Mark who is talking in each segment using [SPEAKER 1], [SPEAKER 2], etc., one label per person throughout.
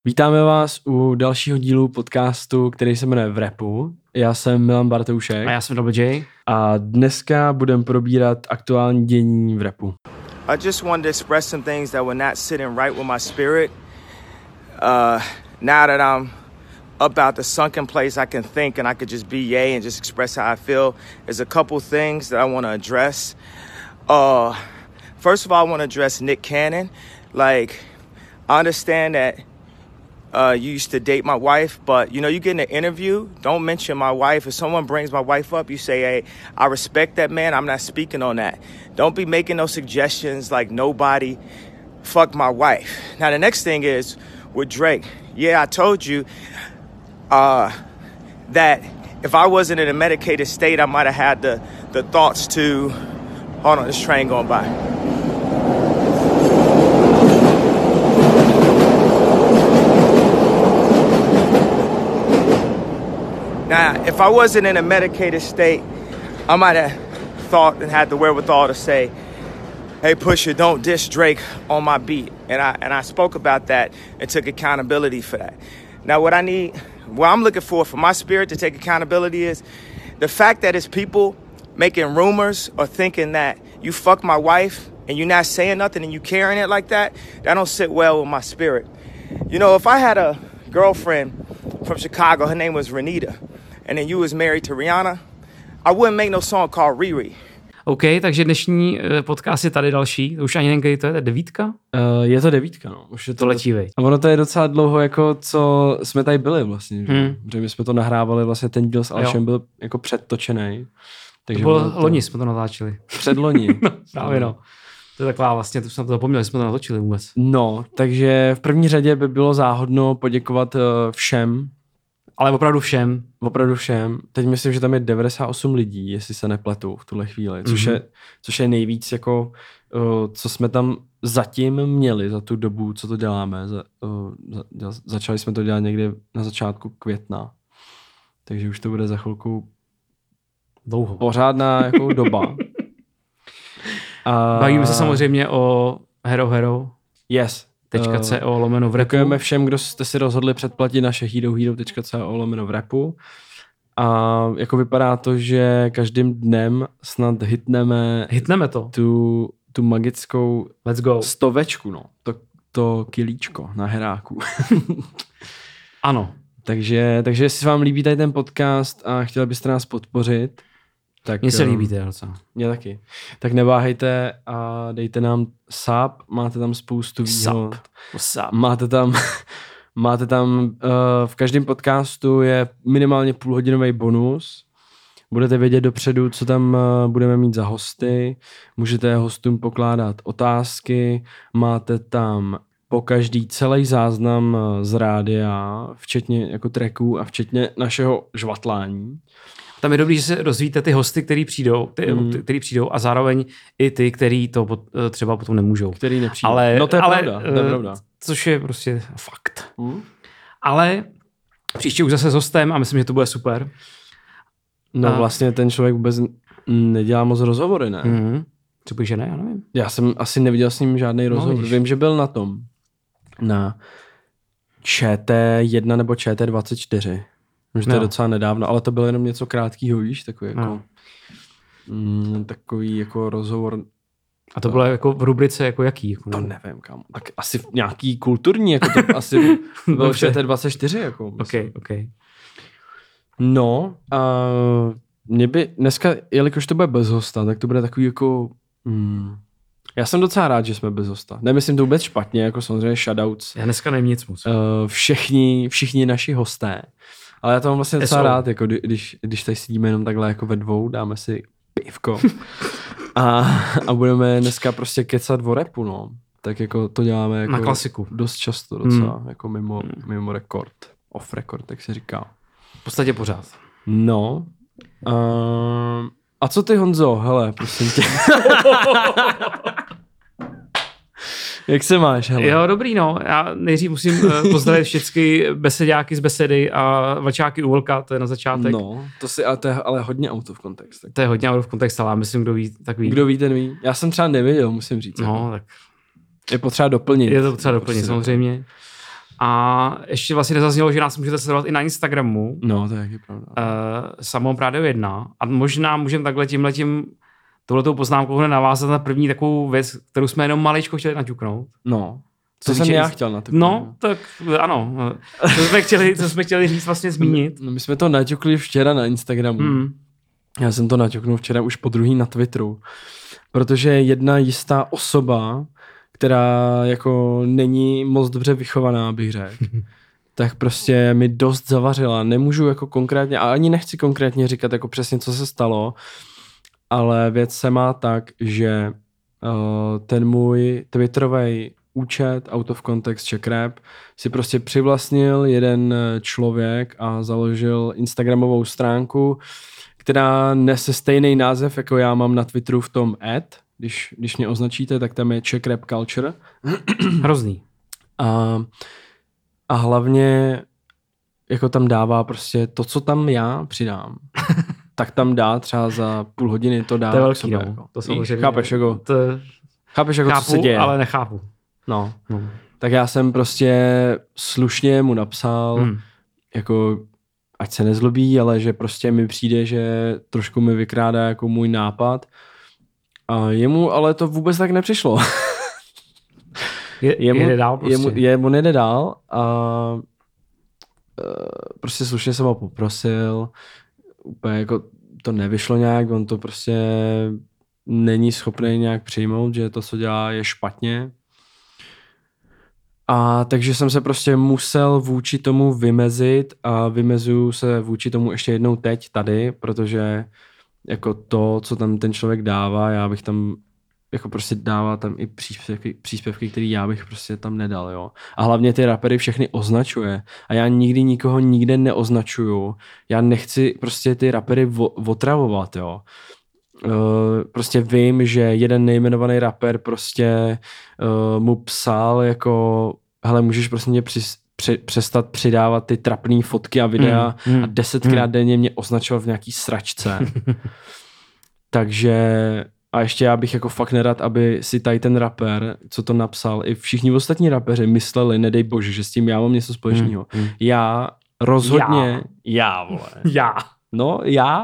[SPEAKER 1] Vítáme vás u dalšího dílu podcastu, který se jmenuje V rapu. Já jsem Milan Bartoušek.
[SPEAKER 2] A já jsem Double J.
[SPEAKER 1] A dneska budeme probírat aktuální dění v rapu.
[SPEAKER 3] I just wanted to express some things that were not sitting right with my spirit. Now that I'm up out the sunken place, I can think and I could just be yay and just express how I feel. There's a couple things that I want to address. First of all, I want to address Nick Cannon. Like, I understand that you used to date my wife, but you get in an interview, don't mention my wife. If someone brings my wife up, you say, hey, I respect that man, I'm not speaking on that. Don't be making no suggestions like nobody fucked my wife. Now the next thing is with Drake. Yeah, I told you that if I wasn't in a medicated state, I might have had the thoughts to, hold on, this train going by. Now, if I wasn't in a medicated state, I might have thought and had the wherewithal to say, hey, Pusha, don't diss Drake on my beat. And I spoke about that and took accountability for that. Now, what I'm looking for my spirit to take accountability is the fact that it's people making rumors or thinking that you fucked my wife and you're not saying nothing and you carrying it like that don't sit well with my spirit. If I had a girlfriend from Chicago, her name was Renita, and then you was married to Rihanna, I wouldn't make no song called Riri.
[SPEAKER 2] OK, takže dnešní podcast je tady další. To už ani nevím, to je 9?
[SPEAKER 1] Je to 9, no. Už je
[SPEAKER 2] to letí, vej.
[SPEAKER 1] A ono to je docela dlouho, jako co jsme tady byli vlastně. Že my jsme to nahrávali, vlastně ten díl s Alšem byl jako předtočený.
[SPEAKER 2] Takže to bylo loni jsme to natáčeli.
[SPEAKER 1] Předloni.
[SPEAKER 2] No, právě no. To je taková vlastně, to jsem to zapomněl, jsme to natočili vůbec.
[SPEAKER 1] No, takže v první řadě by bylo záhodno poděkovat všem.
[SPEAKER 2] Ale opravdu všem.
[SPEAKER 1] Opravdu všem. Teď myslím, že tam je 98 lidí, jestli se nepletu v tuhle chvíli, což je nejvíc, jako, co jsme tam zatím měli za tu dobu, co to děláme. Začali jsme to dělat někdy na začátku května, takže už to bude za chvilku
[SPEAKER 2] dlouho.
[SPEAKER 1] Pořádná jako doba.
[SPEAKER 2] Bavíme se samozřejmě o Hero.
[SPEAKER 1] Yes.
[SPEAKER 2] .co/v rapu.
[SPEAKER 1] Děkujeme všem, kdo jste si rozhodli předplatit naše herohero.co/v rapu. A jako vypadá to, že každým dnem snad hitneme
[SPEAKER 2] to.
[SPEAKER 1] Tu magickou
[SPEAKER 2] Let's go.
[SPEAKER 1] 100, no. To kilíčko na heráku.
[SPEAKER 2] Ano.
[SPEAKER 1] Takže jestli vám líbí tady ten podcast a chtěli byste nás podpořit, tak
[SPEAKER 2] mně se líbíte, docela.
[SPEAKER 1] Mně taky. Tak neváhejte a dejte nám sub, máte tam spoustu výhod. Máte tam v každém podcastu je minimálně půlhodinový bonus. Budete vědět dopředu, co tam budeme mít za hosty. Můžete hostům pokládat otázky. Máte tam po každý celý záznam z rádia, včetně jako tracků a včetně našeho žvatlání.
[SPEAKER 2] Tam je dobrý, že se rozvíjíte ty hosty, který přijdou a zároveň i ty, který to třeba potom nemůžou.
[SPEAKER 1] Který nepřijdou. No to je pravda.
[SPEAKER 2] Což je prostě fakt. Ale příště už zase s hostem a myslím, že to bude super.
[SPEAKER 1] No vlastně ten člověk vůbec nedělá moc rozhovory, ne?
[SPEAKER 2] Třeba, že ne, já nevím.
[SPEAKER 1] Já jsem asi neviděl s ním žádný rozhovor. Vím, že byl na ČT1 nebo ČT24. Už to je docela nedávno, ale to bylo jenom něco krátkýho, víš, takový jako, takový jako rozhovor.
[SPEAKER 2] A to bylo jako v rubrice jako jaký? Jako,
[SPEAKER 1] to nevím, kam. Tak asi nějaký kulturní, jako to asi bylo ČT24, jako.
[SPEAKER 2] OK.
[SPEAKER 1] No, mě by dneska, jelikož to bude bez hosta, tak to bude takový jako... Já jsem docela rád, že jsme bez hosta. Nemyslím to vůbec špatně, jako samozřejmě shoutouts.
[SPEAKER 2] Já dneska nevím nic moc.
[SPEAKER 1] Všichni naši hosté. Ale já to mám vlastně docela rád, jako když tady sedíme jenom takhle jako ve dvou, dáme si pivko a budeme dneska prostě kecat o rapu, no. Tak jako to děláme jako
[SPEAKER 2] na klasiku.
[SPEAKER 1] Dost často docela, jako mimo rekord, off record, tak se říká.
[SPEAKER 2] V podstatě pořád.
[SPEAKER 1] No. A co ty, Honzo? Hele, prosím tě. Jak se máš, hele?
[SPEAKER 2] Jo, dobrý, no. Já nejdřív musím pozdravit všechny besedáky z besedy a vlčáky u vlka, to je na začátek.
[SPEAKER 1] No, to je ale hodně out of context.
[SPEAKER 2] To je hodně out of context, ale myslím, kdo ví, tak ví.
[SPEAKER 1] Kdo ví, ten ví. Já jsem třeba nevěděl, musím říct.
[SPEAKER 2] No, tak.
[SPEAKER 1] Je potřeba doplnit.
[SPEAKER 2] Je to potřeba doplnit, samozřejmě. A ještě vlastně nezaznělo, že nás můžete sledovat i na Instagramu.
[SPEAKER 1] No, to je taky pravda.
[SPEAKER 2] Samou Rádio 1. A možná můžeme takhle touhletou poznámkou hned navázat na první takovou věc, kterou jsme jenom maličko chtěli naťuknout.
[SPEAKER 1] No, co jsem já chtěl na to.
[SPEAKER 2] No, tak ano. Co jsme chtěli říct vlastně zmínit.
[SPEAKER 1] No, my jsme to naťukli včera na Instagramu. Já jsem to naťuknul včera už po druhý na Twitteru. Protože jedna jistá osoba, která jako není moc dobře vychovaná, bych řekl, tak prostě mi dost zavařila. Nemůžu jako konkrétně, a ani nechci konkrétně říkat jako přesně, co se stalo, ale věc se má tak, že ten můj twitterový účet Out of Context Czech Rap si prostě přivlastnil jeden člověk a založil instagramovou stránku, která nese stejný název, jako já mám na Twitteru v tom když mě označíte, tak tam je Czech Rap Culture.
[SPEAKER 2] Hrozný.
[SPEAKER 1] A hlavně jako tam dává prostě to, co tam já přidám. Tak tam dá třeba za půl hodiny to dá.
[SPEAKER 2] To je velký,
[SPEAKER 1] sobě,
[SPEAKER 2] no.
[SPEAKER 1] jako.
[SPEAKER 2] To samozřejmě.
[SPEAKER 1] Chápeš, jako, chápeš, jako
[SPEAKER 2] chápu,
[SPEAKER 1] co se děje.
[SPEAKER 2] Ale nechápu.
[SPEAKER 1] No. Tak já jsem prostě slušně mu napsal, jako ať se nezlobí, ale že prostě mi přijde, že trošku mi vykrádá jako můj nápad. A jemu ale to vůbec tak nepřišlo.
[SPEAKER 2] Jede dál prostě.
[SPEAKER 1] On jede dál a prostě slušně jsem ho poprosil. Úplně jako to nevyšlo nějak, on to prostě není schopný nějak přijmout, že to, co dělá, je špatně. A takže jsem se prostě musel vůči tomu vymezit a vymezuju se vůči tomu ještě jednou teď tady, protože jako to, co tam ten člověk dává, já bych tam jako prostě dává tam i příspěvky, které já bych prostě tam nedal, jo. A hlavně ty rapery všechny označuje. A já nikdy nikoho nikde neoznačuju. Já nechci prostě ty rapery otravovat, jo. Prostě vím, že jeden nejmenovaný rapper prostě mu psal jako hele, můžeš prostě mě přestat přidávat ty trapný fotky a videa a 10krát denně mě označoval v nějaký sračce. Takže a ještě já bych jako fakt nerad, aby si tady ten rapper, co to napsal, i všichni ostatní rapeři mysleli, nedej bože, že s tím já mám něco společného. Já rozhodně... Já, vole.
[SPEAKER 2] Já.
[SPEAKER 1] No,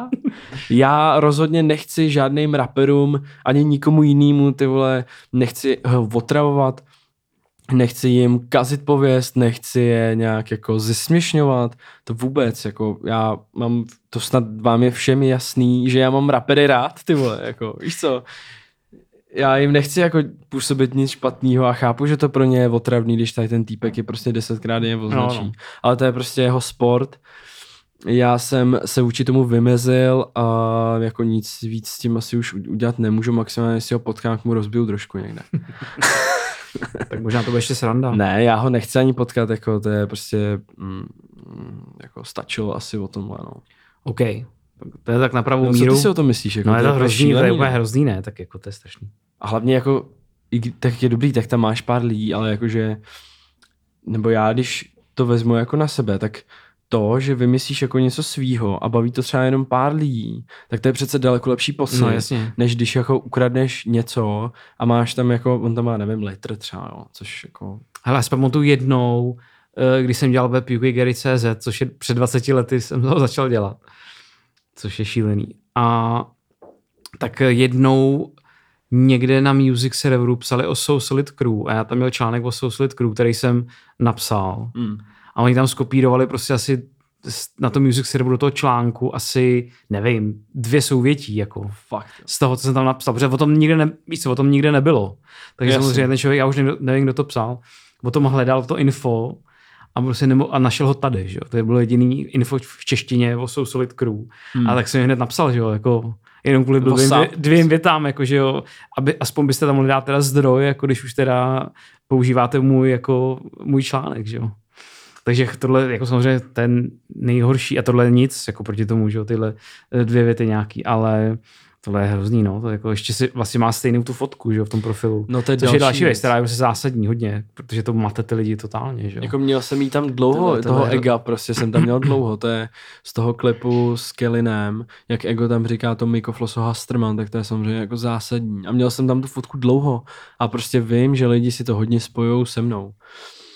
[SPEAKER 1] já rozhodně nechci žádným raperům, ani nikomu jinému, ty vole, nechci ho otravovat, nechci jim kazit pověst, nechci je nějak jako zesměšňovat, to vůbec, jako já mám, to snad vám je všem jasný, že já mám rapery rád, ty vole, jako, víš co, já jim nechci jako působit nic špatného a chápu, že to pro ně je otravný, když tady ten týpek je prostě 10krát je označí, no. Ale to je prostě jeho sport. Já jsem se vůči tomu vymezil a jako nic víc s tím asi už udělat nemůžu, maximálně si ho potkám, mu rozbiju trošku někde.
[SPEAKER 2] Tak možná to bude ještě sranda.
[SPEAKER 1] Ne, já ho nechci ani potkat, jako to je prostě jako stačilo asi o tomhle, no.
[SPEAKER 2] OK, to je tak na pravou míru.
[SPEAKER 1] Co ty si o tom myslíš? Jako,
[SPEAKER 2] no je to hrozný, to je úplně
[SPEAKER 1] ne?
[SPEAKER 2] hrozný, ne, tak jako to je strašný.
[SPEAKER 1] A hlavně jako, tak je dobrý, tak tam máš pár lidí, ale jakože, nebo já, když to vezmu jako na sebe, tak to, že vymyslíš jako něco svýho a baví to třeba jenom pár lidí, tak to je přece daleko lepší pocit,
[SPEAKER 2] no, jasně.
[SPEAKER 1] než když jako ukradneš něco a máš tam jako, on tam má, nevím, litr třeba, jo, což jako...
[SPEAKER 2] Hele, já si pamatuju jednou, když jsem dělal web UKGary.cz, což je před 20 lety jsem to začal dělat, což je šílený. A tak jednou někde na Music Serveru psali o So Solid Crew a já tam měl článek o So Solid Crew, který jsem napsal. A oni tam skopírovali prostě asi na tom Music Serveru do toho článku asi, nevím, 2 souvětí, jako
[SPEAKER 1] fakt.
[SPEAKER 2] Z toho, co jsem tam napsal, protože o tom nikde nebylo. Takže samozřejmě ten člověk, já už nevím, kdo to psal, o tom hledal to info a prostě a našel ho tady, že jo. To bylo jediný info v češtině o So Solid Crew. A tak jsem hned napsal, že jo, jako jenom kvůli dvěm větám, jako že jo, aby aspoň byste tam mohli dát teda zdroj, jako když už teda používáte můj článek, že jo. Takže tohle jako samozřejmě ten nejhorší a tohle je nic jako proti tomu, že jo, tyhle 2 věty nějaký, ale tohle je hrozný, no, to jako ještě si vlastně má stejnou tu fotku, že jo, v tom profilu.
[SPEAKER 1] No to je
[SPEAKER 2] což je další věc, která je prostě zásadní hodně, protože to mate ty lidi totálně, že jo.
[SPEAKER 1] Jako měl jsem jí tam dlouho, toho Ega prostě jsem tam měl dlouho, to je z toho klipu s Kellinem, jak Ego tam říká to Miko Floso Hasterman, tak to je samozřejmě jako zásadní. A měl jsem tam tu fotku dlouho a prostě vím, že lidi si to hodně spojujou se mnou.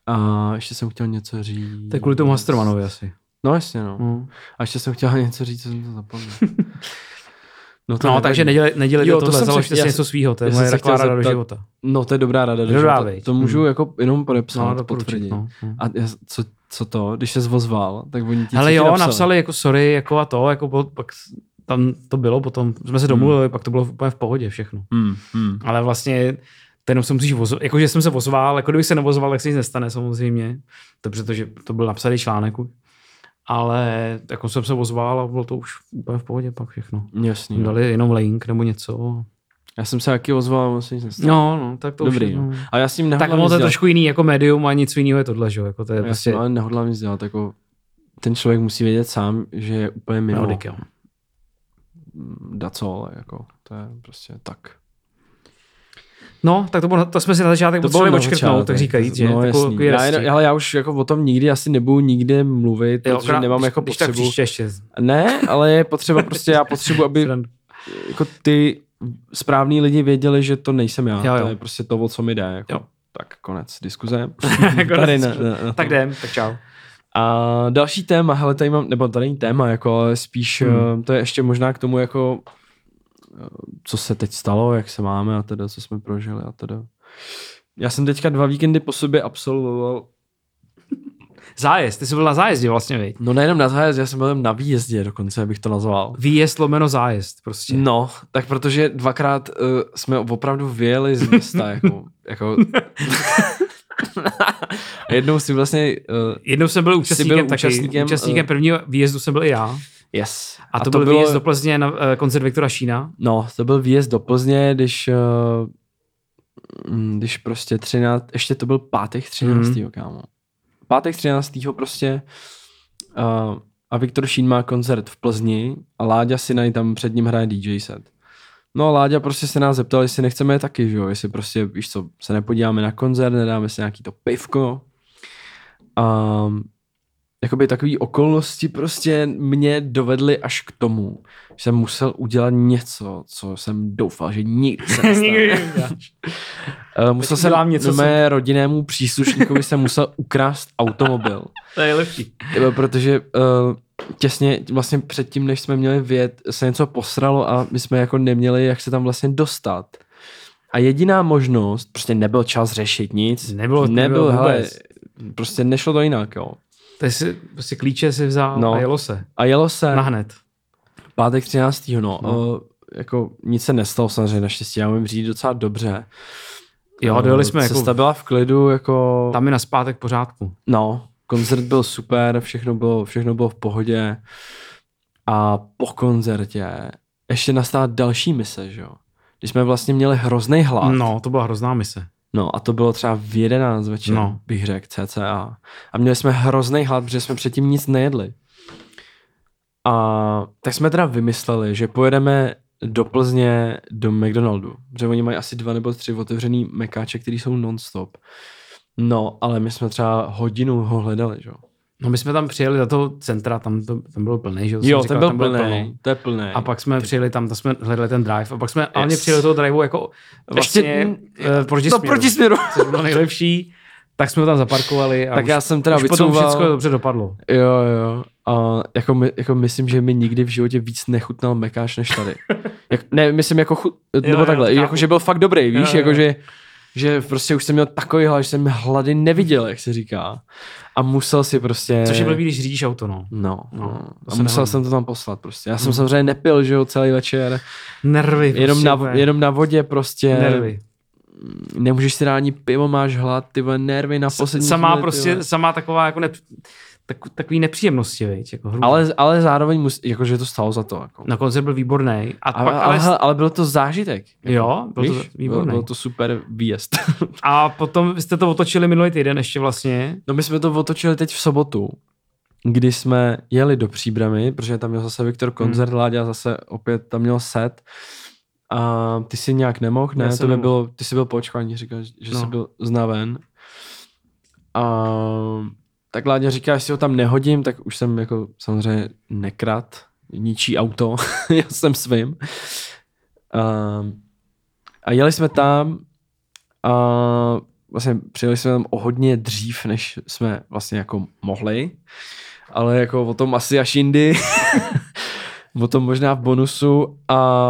[SPEAKER 1] A ještě jsem chtěl něco říct.
[SPEAKER 2] To je kvůli tomu Hastermanovi asi.
[SPEAKER 1] No jasně, no. A ještě jsem chtěl něco říct, co jsem to zapomněl.
[SPEAKER 2] No takže nedělejte tohle, založte si něco svýho, to je moje taková rada do života.
[SPEAKER 1] No to je dobrá rada do života. To můžu jako jenom podepsat, potvrdit. A co to, když se ozval, tak oni ti
[SPEAKER 2] hele jo, napsali jako sorry, jako a to, jako pak tam to bylo, potom jsme se domluvili, pak to bylo úplně v pohodě všechno. Ale vlastně jenom se musíš vozovat, jakože jsem se vozoval, jako kdybych se nevozoval, tak se nic nestane samozřejmě, to protože to byl napsaný článek, ale jako jsem se vozoval a bylo to už úplně v pohodě pak všechno.
[SPEAKER 1] Jasně.
[SPEAKER 2] Dali jenom link nebo něco.
[SPEAKER 1] Já jsem se taky ozval, ale se nic nestalo.
[SPEAKER 2] No, tak to
[SPEAKER 1] dobrý,
[SPEAKER 2] už je, no.
[SPEAKER 1] A já s tím nehodlám
[SPEAKER 2] tak to je trošku jiný jako médium a nic jiného je tohle, že jo? Jako to je prostě...
[SPEAKER 1] ale nehodlám nic dělat, jako ten člověk musí vědět sám, že je úplně mimo.
[SPEAKER 2] No,
[SPEAKER 1] Dacol, jako to je prostě tak.
[SPEAKER 2] No, tak to jsme si na začátek potřebovali odškrtnout, tak říkajíc, že?
[SPEAKER 1] No, já už jako o tom nikdy asi nebudu nikdy mluvit, jo, protože nemám jako potřebu.
[SPEAKER 2] Tak příště ještě.
[SPEAKER 1] Ne, ale je potřeba prostě, já potřebuji, aby jako ty správní lidi věděli, že to nejsem já.
[SPEAKER 2] Jo.
[SPEAKER 1] To je prostě to, o co mi jde. Jako. Jo. Tak konec diskuze.
[SPEAKER 2] Tak jdem, tak čau.
[SPEAKER 1] A další téma, hele, tady mám, nebo tady není téma, jako, ale spíš to je ještě možná k tomu, jako co se teď stalo, jak se máme a teda, co jsme prožili a teda. Já jsem teďka 2 víkendy po sobě absolvoval
[SPEAKER 2] zájezd, ty jsi byl na zájezdě vlastně, viď?
[SPEAKER 1] No nejenom na zájezd, já jsem byl na výjezdě dokonce, bych to nazval.
[SPEAKER 2] Výjezd lomeno zájezd prostě.
[SPEAKER 1] No, tak protože 2krát jsme opravdu vyjeli z města, jako jednou si vlastně...
[SPEAKER 2] jednou jsem byl účastníkem prvního výjezdu jsem byl i já.
[SPEAKER 1] Yes.
[SPEAKER 2] A to byl výjezd do Plzně na koncert Viktora Šína?
[SPEAKER 1] No, to byl výjezd do Plzně, když prostě 13, ještě to byl pátek 13. kámo. Pátek 13. prostě a Viktor Šín má koncert v Plzni a Láďa Sinaj tam před ním hraje DJ set. No a Láďa prostě se nás zeptal, jestli nechceme je taky, že jo, jestli prostě, víš co, se nepodíváme na koncert, nedáme si nějaký to pivko. Jakoby takový okolnosti prostě mě dovedly až k tomu, že jsem musel udělat něco, co jsem doufal, že nikdy se nestane. Musel jsem mé rodinnému příslušníkovi jsem musel ukrást automobil.
[SPEAKER 2] To je lepší.
[SPEAKER 1] Protože těsně vlastně předtím, než jsme měli vyjet, se něco posralo a my jsme jako neměli, jak se tam vlastně dostat. A jediná možnost, prostě nebyl čas řešit nic. Nebyl hele, prostě nešlo to jinak, jo.
[SPEAKER 2] Takže si prostě klíče si vzal a jelo se. Nahned.
[SPEAKER 1] Pátek 13. Jako nic se nestalo samozřejmě naštěstí, já můžu říct docela dobře.
[SPEAKER 2] Jo, dojeli jsme
[SPEAKER 1] cesta jako... byla v klidu, jako...
[SPEAKER 2] Tam je na zpátek pořádku.
[SPEAKER 1] No, koncert byl super, všechno bylo v pohodě. A po koncertě ještě nastala další mise, že jo. Když jsme vlastně měli hrozný hlad.
[SPEAKER 2] No, to byla hrozná mise.
[SPEAKER 1] No a to bylo třeba v 11 večer, bych řekl, cca. A měli jsme hrozný hlad, protože jsme předtím nic nejedli. A tak jsme teda vymysleli, že pojedeme do Plzně do McDonaldu, protože oni mají asi 2 nebo 3 otevřený mekáče, který jsou non-stop. No, ale my jsme třeba hodinu ho hledali, že jo.
[SPEAKER 2] No my jsme tam přijeli do toho centra, tam byl plný, že jo.
[SPEAKER 1] Jo, ten byl plný, to je plný.
[SPEAKER 2] A pak jsme přijeli tam jsme hledali ten drive a pak jsme hlavně přijeli do toho driveu jako vlastně proti směru. Což bylo nejlepší, tak jsme ho tam zaparkovali a
[SPEAKER 1] tak já jsem teda
[SPEAKER 2] potom všechno dobře dopadlo.
[SPEAKER 1] Jo. A jako myslím, že mi nikdy v životě víc nechutnal mekáč než tady. Ne, myslím jako nebo takhle, jako že byl fakt dobrý, víš, jakože že prostě už jsem měl takový hlad, že jsem hlady neviděl, jak se říká. A musel si prostě...
[SPEAKER 2] Což je blbý, když řídíš auto, no.
[SPEAKER 1] No. A musel jsem to tam poslat prostě. Já jsem samozřejmě nepil, že jo, celý večer.
[SPEAKER 2] Nervy.
[SPEAKER 1] Jenom na vodě prostě.
[SPEAKER 2] Nervy.
[SPEAKER 1] Nemůžeš si dát ani pivo, máš hlad, ty vole, nervy na poslední chvíli.
[SPEAKER 2] Samá taková jako takový nepříjemnosti, veď, jako
[SPEAKER 1] ale zároveň jakože to stalo za to. Jako.
[SPEAKER 2] Na koncert byl výborný.
[SPEAKER 1] Ale byl to zážitek.
[SPEAKER 2] Jo, byl to výborný.
[SPEAKER 1] Byl to super výjezd.
[SPEAKER 2] A potom vy jste to otočili minulý týden ještě vlastně.
[SPEAKER 1] No my jsme to otočili teď v sobotu, kdy jsme jeli do Příbramy, protože tam měl zase Viktor koncert, Láďa zase opět tam měl set. A ty jsi nějak nemohl, ne? To nebylo, ty jsi byl po očkování, říkal, že jsi byl znaven. A tak Láďa říká, jestli ho tam nehodím, tak už jsem jako samozřejmě nekrat, ničí auto, já jsem svým. A jeli jsme tam a vlastně přijeli jsme tam o hodně dřív, než jsme vlastně jako mohli, ale jako o tom asi až jindy, o tom možná v bonusu a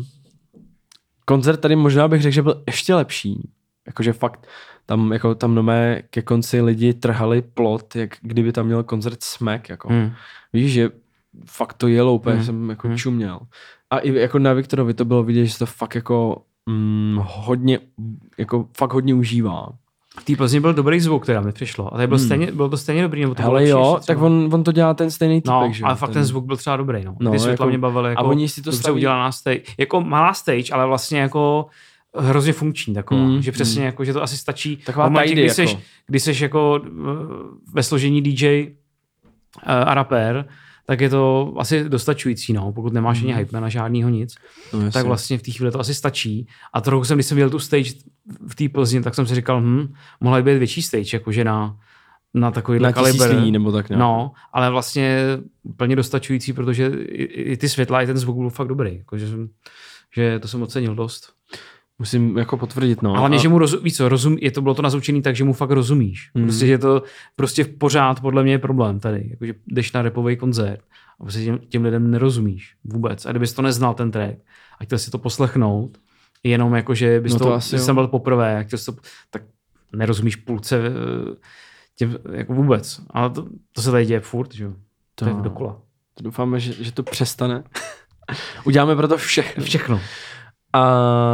[SPEAKER 1] koncert tady možná bych řekl, že byl ještě lepší, jakože fakt tam nomé ke konci lidi trhali plot, jak kdyby tam měl koncert Smack, jako. Víš, že fakt to jelo úplně, jsem jako čuměl. A i jako na Viktorovi to bylo vidět, že se to fakt jako hodně, jako fakt hodně užívá.
[SPEAKER 2] V té Plzni byl dobrý zvuk, teda mi přišlo. A tady bylo to stejně dobrý, nebo to
[SPEAKER 1] hele
[SPEAKER 2] bylo
[SPEAKER 1] jo, tak on to dělá ten stejný týpek, že?
[SPEAKER 2] Ale fakt ten zvuk byl třeba dobrý, no. Ty světla
[SPEAKER 1] jako,
[SPEAKER 2] mě bavily, jako
[SPEAKER 1] a oni si to
[SPEAKER 2] dobře
[SPEAKER 1] staví
[SPEAKER 2] udělaná stage. Jako malá stage, ale vlastně jako hrozně funkční taková, že přesně jako, že to asi stačí.
[SPEAKER 1] Taková tajdy,
[SPEAKER 2] když seš jako ve složení DJ a rapper, tak je to asi dostačující, no, pokud nemáš ani hypemana, žádnýho nic, tak vlastně v té chvíli to asi stačí. A trochu jsem, když jsem viděl tu stage v té Plzni, tak jsem si říkal, mohla by být větší stage, jakože na takovýhle kaliber.
[SPEAKER 1] Lidí, nebo tak ne?
[SPEAKER 2] No, ale vlastně plně dostačující, protože i ty světla, i ten zvuk byl fakt dobrý, jakože že to jsem ocenil dost.
[SPEAKER 1] Musím jako potvrdit, no.
[SPEAKER 2] A hlavně, že mu bylo to nazvučený tak, že mu fakt rozumíš. Prostě, že to prostě pořád podle mě je problém tady. Jakože jdeš na rapový koncert a prostě těm lidem nerozumíš vůbec. A kdybys to neznal ten track a chtěl si to poslechnout, jenom jakože bys tam byl poprvé, tak nerozumíš půlce těm, jako vůbec. Ale to se tady děje furt, že jo. To je dokola.
[SPEAKER 1] Doufáme, že to přestane. Uděláme pro to všechno. A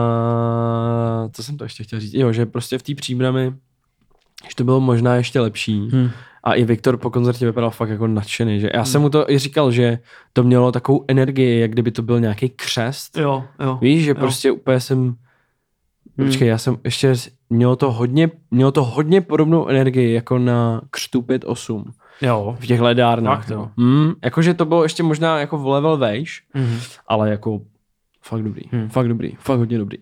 [SPEAKER 1] co jsem to ještě chtěl říct? Jo, že prostě v té Příbrami, že to bylo možná ještě lepší. A i Viktor po koncertě vypadal fakt jako nadšený. Že? Já jsem mu to i říkal, že to mělo takovou energii, jak kdyby to byl nějaký křest.
[SPEAKER 2] Jo.
[SPEAKER 1] Víš, že prostě úplně jsem... Počkej, já jsem ještě... Mělo to hodně podobnou energii jako na Křtu 5-8.
[SPEAKER 2] Jo.
[SPEAKER 1] V těch ledárnách.
[SPEAKER 2] Tak,
[SPEAKER 1] jakože to bylo ještě možná jako v level vejš, ale jako fakt dobrý. Fakt hodně dobrý.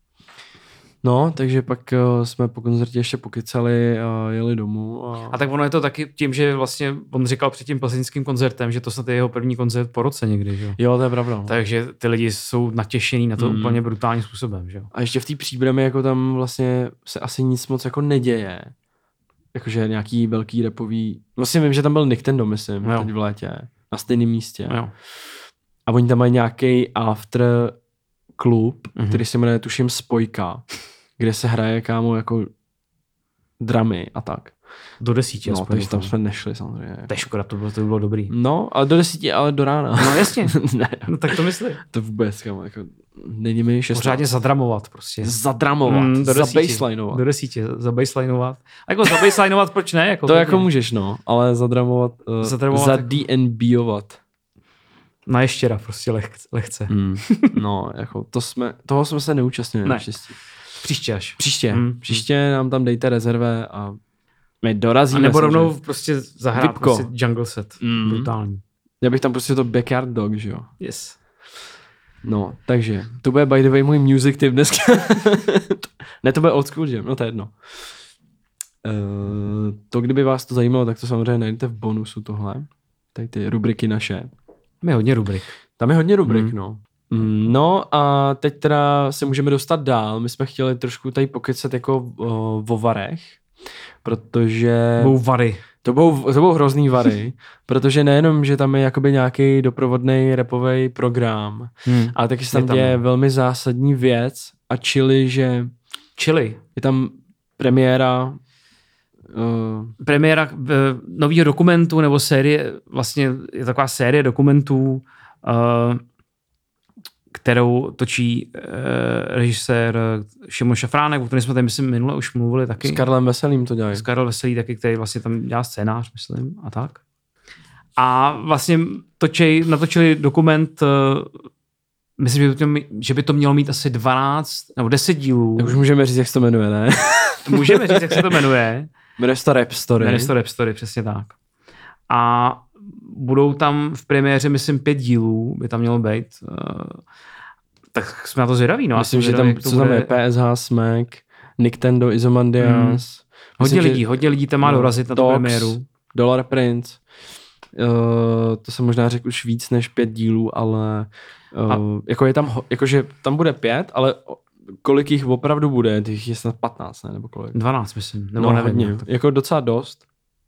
[SPEAKER 1] No, takže pak jsme po koncertě ještě pokecali a jeli domů.
[SPEAKER 2] A tak ono je to taky tím, že vlastně on říkal před tím plzeňským koncertem, že to snad je jeho první koncert po roce někdy, že?
[SPEAKER 1] Jo, to je pravda.
[SPEAKER 2] Takže ty lidi jsou natěšení na to úplně brutálním způsobem, že?
[SPEAKER 1] A ještě v té Příbrami jako tam vlastně se asi nic moc jako neděje. Jakože nějaký velký rapový... Vlastně vím, že tam byl Nintendo, myslím, teď v létě. Na stejném místě.
[SPEAKER 2] Jo.
[SPEAKER 1] A oni tam mají nějaký after klub, který se jmenuje tuším Spojka, kde se hraje kámo jako dramy a tak.
[SPEAKER 2] Do 10.
[SPEAKER 1] No, takže tam jsme nešli samozřejmě.
[SPEAKER 2] To je škoda, to bylo dobrý.
[SPEAKER 1] No, ale do 10, ale do rána.
[SPEAKER 2] No jasně.
[SPEAKER 1] Ne.
[SPEAKER 2] No tak to myslí.
[SPEAKER 1] To vůbec, kámo, jako není mi 16.
[SPEAKER 2] Pořádně zadramovat prostě.
[SPEAKER 1] Zadramovat, zabaselineovat.
[SPEAKER 2] Do 10, zabaselineovat. A jako zabaselineovat, proč ne? Jako
[SPEAKER 1] to jako můžeš, no, ale zadramovat zadnbovat.
[SPEAKER 2] Na ještěra prostě lehce.
[SPEAKER 1] No, jako toho jsme se neúčastnili.
[SPEAKER 2] Ne. Příště až.
[SPEAKER 1] Příště nám tam dejte rezerve a my dorazíme.
[SPEAKER 2] A nebo rovnou prostě zahrát prostě jungle set. Brutální.
[SPEAKER 1] Já bych tam prostě to backyard dog, že jo?
[SPEAKER 2] Yes.
[SPEAKER 1] No, takže to bude by the way můj music tip dneska. Ne, to bude old school jam, no to je jedno. To, kdyby vás to zajímalo, tak to samozřejmě najdete v bonusu tohle. Tady ty rubriky naše.
[SPEAKER 2] Tam je hodně rubrik.
[SPEAKER 1] No. No a teď teda se můžeme dostat dál. My jsme chtěli trošku tady pokecat jako o varech, protože... To budou hrozný vary, protože nejenom, že tam je jakoby nějaký doprovodný rapový program, ale taky se tam děje velmi zásadní věc a Chili je tam premiéra
[SPEAKER 2] nového dokumentu nebo série, vlastně je taková série dokumentů, kterou točí režisér Šimon Šafránek, o kterém jsme tady, myslím, minule už mluvili taky.
[SPEAKER 1] S Karlem Veselým to dělají.
[SPEAKER 2] S Karlem Veselý taky, který vlastně tam dělá scénář, myslím, a tak. A vlastně natočili dokument, myslím, že by to mělo mít asi 12 nebo 10 dílů.
[SPEAKER 1] Tak už můžeme říct, jak se to jmenuje, ne?
[SPEAKER 2] Můžeme říct, jak se to jmenuje.
[SPEAKER 1] Jmenuje se to Rap Story,
[SPEAKER 2] přesně tak. A budou tam v premiéře, myslím, 5 dílů, by tam mělo být. Tak jsme na to zvědaví. No.
[SPEAKER 1] Myslím, že tam, co tam je, PSH, Smack, Nintendo, Izomandias.
[SPEAKER 2] Hodně lidí tam má dorazit na tu premiéru.
[SPEAKER 1] Dollar Prince. To jsem možná řekl už víc než 5 dílů, ale jako je tam, jakože tam bude 5, ale kolik jich opravdu bude, těch je snad 15, ne? Nebo kolik?
[SPEAKER 2] 12, myslím. Nebo
[SPEAKER 1] No,
[SPEAKER 2] nevím.
[SPEAKER 1] hodně, jako docela dost.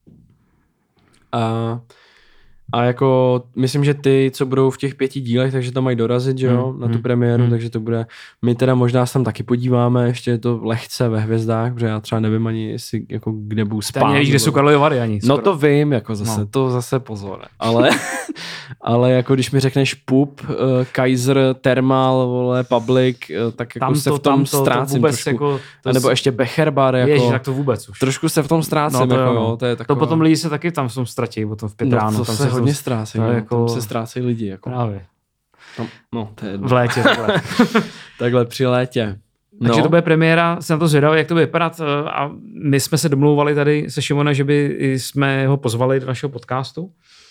[SPEAKER 1] A jako myslím, že ty, co budou v těch 5 dílech, takže tam mají dorazit, že jo, na tu premiéru, takže to bude, my teda možná se tam taky podíváme, ještě je to lehce ve hvězdách, protože já třeba nevím ani, jestli, jako kde budu spát.
[SPEAKER 2] Ty nevíš, kde jsou Karlovy Vary ani.
[SPEAKER 1] No to vím, jako zase, to zase pozor, ale jako když mi řekneš Pup, Kaiser, Thermal, vole, Public, tak jako se v tom ztrácím trošku. Jako, a nebo ještě Becherbar, jako.
[SPEAKER 2] Ježiš, tak to vůbec už.
[SPEAKER 1] Trošku se v tom ztrácím, no, jako jo, to je taková.
[SPEAKER 2] To potom lidi se taky tam v tom ztratí, potom v 5 ráno.
[SPEAKER 1] To se hodně ztrácí,
[SPEAKER 2] jako...
[SPEAKER 1] tam se ztrácejí lidi, jako.
[SPEAKER 2] Právě.
[SPEAKER 1] No, to je
[SPEAKER 2] v létě, takhle.
[SPEAKER 1] Takhle při létě.
[SPEAKER 2] Takže to bude premiéra, jsem na to zvědavý, jak to bude vypadat a my jsme se domlouvali tady se Šimonem, že by jsme ho pozvali do našeho podcastu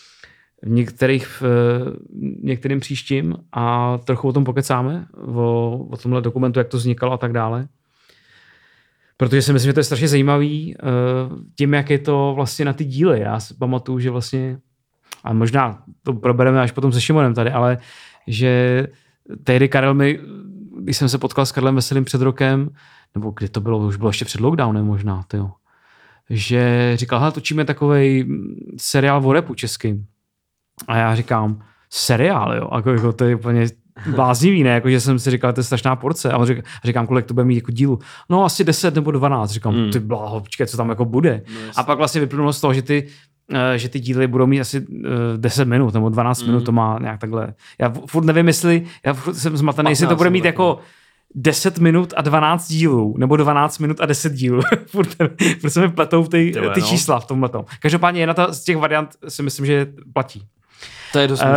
[SPEAKER 2] některým příštím a trochu o tom pokecáme, o tomhle dokumentu, jak to vznikalo a tak dále. Protože si myslím, že to je strašně zajímavý tím, jak je to vlastně na ty díly. Já si pamatuju, že vlastně, a možná to probereme až potom se Šimonem tady, ale že tehdy Karel když jsem se potkal s Karlem Veselým před rokem, nebo kdy to bylo, už bylo ještě před lockdownem možná, tyjo, že říkal, hele, točíme takovej seriál o rapu český. A já říkám, seriál, jo, jako to je úplně bláznivý, ne, jakože jsem si říkal, to je strašná porce, a říkám, kolik to bude mít jako dílu. No asi 10 nebo 12, říkám, ty bláho, počkej, co tam jako bude. No, a pak vlastně vyplynulo z toho, že ty díly budou mít asi 10 minut nebo 12 minut, to má nějak takhle. Já furt nevím, já jsem zmatený, jestli to bude mít jako 10 minut a 12 dílů, nebo 12 minut a 10 dílů. furt se mi pletou ty čísla v tomhletom. Každopádně jedna z těch variant si myslím, že platí.
[SPEAKER 1] To je dost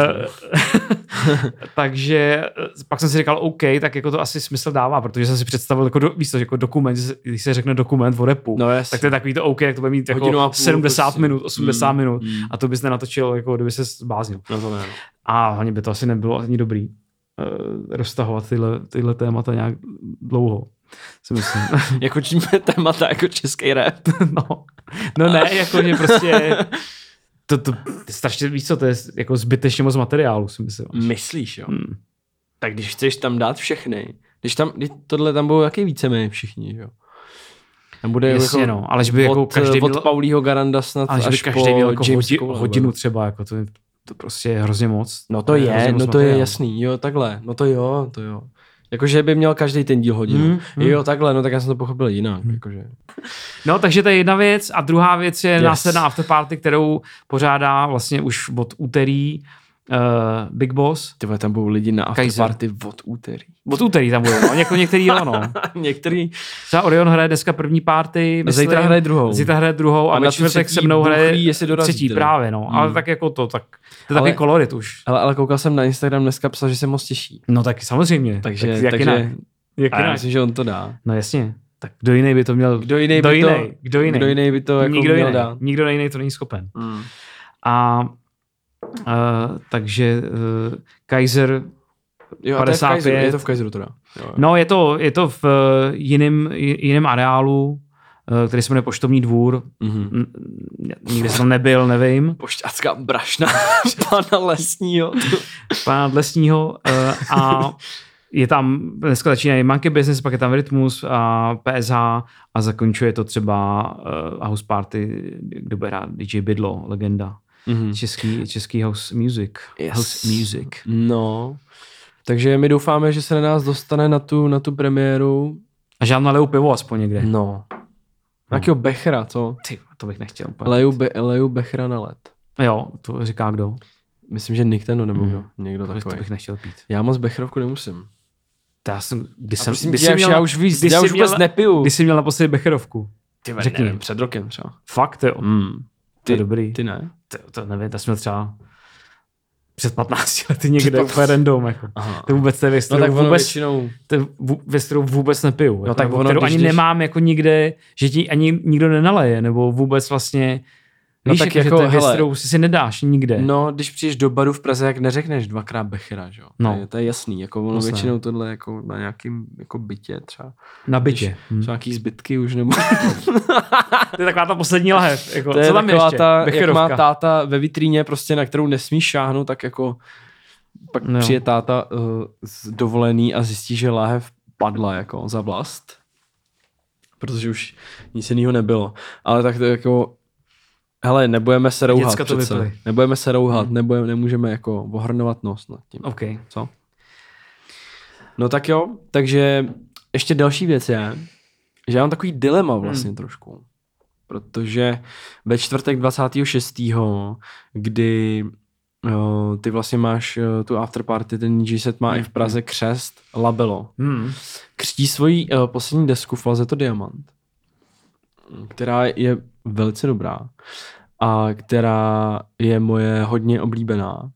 [SPEAKER 2] Takže pak jsem si říkal, OK, tak jako to asi smysl dává, protože jsem si představil jako dokument, když se řekne dokument o rapu,
[SPEAKER 1] no
[SPEAKER 2] tak to je takový to OK, jak to bude mít jako 70 minut, 80 minut a to bys nenatočil, jako kdyby se zbláznil.
[SPEAKER 1] No to ne.
[SPEAKER 2] A hlavně by to asi nebylo ani dobrý roztahovat tyhle témata nějak dlouho. Si myslím.
[SPEAKER 1] Jako čím témata jako český rap.
[SPEAKER 2] no ne, jako že prostě to strašně, víš co, to je jako zbytečně moc materiálu, si myslím.
[SPEAKER 1] Myslíš, jo? Tak když chceš tam dát všechny, když tohle tam budou taky víceméně všichni, jo? Tam bude
[SPEAKER 2] jasně,
[SPEAKER 1] jako
[SPEAKER 2] no, ale že by jako každý
[SPEAKER 1] od Paulího Garanda snad
[SPEAKER 2] až
[SPEAKER 1] by
[SPEAKER 2] každý měl jako
[SPEAKER 1] Jamesku,
[SPEAKER 2] hodinu třeba, jako to prostě je hrozně moc.
[SPEAKER 1] No to je jasný, jo, takhle, no to jo. Jakože by měl každý ten díl hodinu. Jo, takhle, no tak já jsem to pochopil jinak. Jakože.
[SPEAKER 2] No, takže to je jedna věc. A druhá věc je následná afterparty, kterou pořádá vlastně už od úterý Big Boss.
[SPEAKER 1] Tyhle, tam budou lidi na afterparty od úterý.
[SPEAKER 2] Od úterý tam budou, no. Některý jo, no.
[SPEAKER 1] Některý.
[SPEAKER 2] Třeba Orion hraje dneska první party.
[SPEAKER 1] Zítra hraje druhou.
[SPEAKER 2] A ve čtvrtek se mnou hraje třetí
[SPEAKER 1] teda.
[SPEAKER 2] právě, no. Ale tak jako to je takový kolorit už.
[SPEAKER 1] Ale koukal jsem na Instagram dneska, psal, že se moc těší.
[SPEAKER 2] No tak samozřejmě.
[SPEAKER 1] Takže
[SPEAKER 2] jak jinak?
[SPEAKER 1] Já myslím, že on to dá.
[SPEAKER 2] No jasně. Tak kdo jiný by to měl? Kdo jiný
[SPEAKER 1] by to jako měl dát?
[SPEAKER 2] Nikdo jiný to není schopen. A takže Kaiser
[SPEAKER 1] jo,
[SPEAKER 2] 55.
[SPEAKER 1] Je to v Kaiseru teda. Jo.
[SPEAKER 2] No, je to v jiném areálu, který se jmenuje Poštovní dvůr. Nikdy jsem tam nebyl, nevím.
[SPEAKER 1] Pošťácká brašna pana Lesního.
[SPEAKER 2] A je tam, dneska začínají Monkey Business, pak je tam Rytmus a PSH a zakončuje to třeba House Party, kdo bude hrát DJ Bydlo, legenda. Český house music.
[SPEAKER 1] Yes.
[SPEAKER 2] House music.
[SPEAKER 1] No. Takže my doufáme, že se na nás dostane na tu premiéru.
[SPEAKER 2] A že nám nalejou pivo aspoň někde.
[SPEAKER 1] No. Jakýho Bechra, co?
[SPEAKER 2] Ty, to bych nechtěl.
[SPEAKER 1] Leju Bechra na led.
[SPEAKER 2] Jo, to říká kdo?
[SPEAKER 1] Myslím, že Nick Teno nebo kdo. Někdo takový.
[SPEAKER 2] To bych nechtěl pít.
[SPEAKER 1] Já moc Bechrovku nemusím.
[SPEAKER 2] Já už
[SPEAKER 1] vůbec nepiju.
[SPEAKER 2] Když jsi měl naposledy Becherovku?
[SPEAKER 1] Řekni. Nevím, před rokem třeba.
[SPEAKER 2] Fakt, jo. To je dobrý.
[SPEAKER 1] Ty ne?
[SPEAKER 2] To nevím, to jsem měl třeba před 15 lety někde úplně random. Jako. To vůbec je věc, kterou vůbec nepiju.
[SPEAKER 1] No,
[SPEAKER 2] jako,
[SPEAKER 1] tak
[SPEAKER 2] kterou ani nemám jako nikde, že ti ani nikdo nenaleje, nebo vůbec vlastně.
[SPEAKER 1] No
[SPEAKER 2] víš,
[SPEAKER 1] tak
[SPEAKER 2] jako, že to je věc, kterou si nedáš nikde.
[SPEAKER 1] No, když přijdeš do baru v Praze, jak neřekneš dvakrát Bechera, že jo? No. To je jasný, jako ono většinou tohle jako na nějakým jako bytě třeba.
[SPEAKER 2] Na bytě.
[SPEAKER 1] Jsou nějaký zbytky už nebo...
[SPEAKER 2] To je taková ta poslední lahev. Jako,
[SPEAKER 1] to je
[SPEAKER 2] co tam
[SPEAKER 1] taková
[SPEAKER 2] ještě?
[SPEAKER 1] jak má táta ve vitríně, prostě na kterou nesmíš šáhnout, tak jako pak přijde táta z dovolený a zjistí, že lahev padla jako za vlast, protože už nic jiného nebylo. Ale tak to jako, hele, nebudeme se rouhat přece. Nebudeme se rouhat, nemůžeme jako ohrnovat nos nad tím.
[SPEAKER 2] OK.
[SPEAKER 1] Co? No tak jo, takže ještě další věc je, že já mám takový dilema vlastně trošku. Protože ve čtvrtek 26. kdy ty vlastně máš tu afterparty, ten DJ set má i v Praze křest Labelo. Křtí svoji poslední desku Flaze to Diamant, která je velice dobrá a která je moje hodně oblíbená.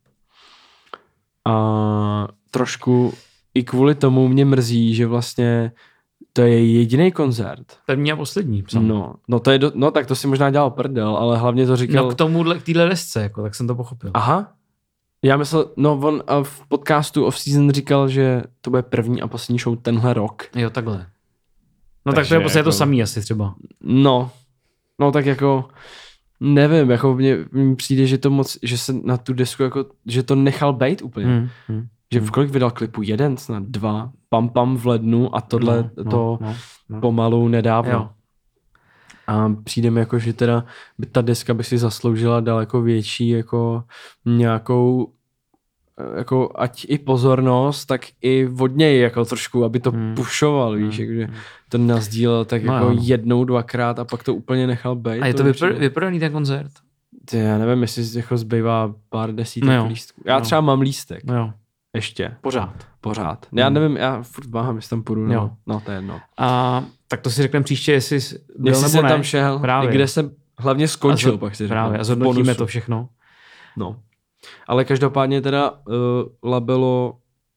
[SPEAKER 1] A trošku i kvůli tomu mě mrzí, že vlastně to je jediný koncert.
[SPEAKER 2] První a poslední.
[SPEAKER 1] No, to je no tak to si možná dělal prdel, ale hlavně to říkal...
[SPEAKER 2] No k téhle desce, jako, tak jsem to pochopil.
[SPEAKER 1] Aha. Já myslel, on v podcastu Off Season říkal, že to bude první a poslední show tenhle rok.
[SPEAKER 2] Jo, takhle. No tak to je prostě jako... to samý asi třeba.
[SPEAKER 1] No tak jako... Nevím, jako mně přijde, že to moc, že se na tu desku jako, že to nechal bejt úplně. Že v kolik vydal klipu? 1, snad 2, Pam v lednu a tohle pomalu nedávno. Jo. A přijde mi jako, že teda by ta deska by si zasloužila daleko větší jako nějakou jako ať i pozornost, tak i od něj jako trošku, aby to pushoval, víš, takže to nazdílel tak jako jednou, dvakrát a pak to úplně nechal bejt.
[SPEAKER 2] A je to vyprodaný ten koncert?
[SPEAKER 1] Já nevím, jestli jako zbývá pár desítek lístků. Já třeba mám lístek.
[SPEAKER 2] Jo.
[SPEAKER 1] Ještě.
[SPEAKER 2] Pořád.
[SPEAKER 1] Já nevím, já furt váhám, jestli tam půjdu. No, to je jedno.
[SPEAKER 2] A tak to si řekneme příště, jestli byl nebo
[SPEAKER 1] jsem
[SPEAKER 2] ne.
[SPEAKER 1] tam šel,
[SPEAKER 2] právě.
[SPEAKER 1] Kde jsem hlavně skončil, pak si řekl.
[SPEAKER 2] Právě, a zhodnotíme to všechno.
[SPEAKER 1] No. Ale každopádně teda Labelo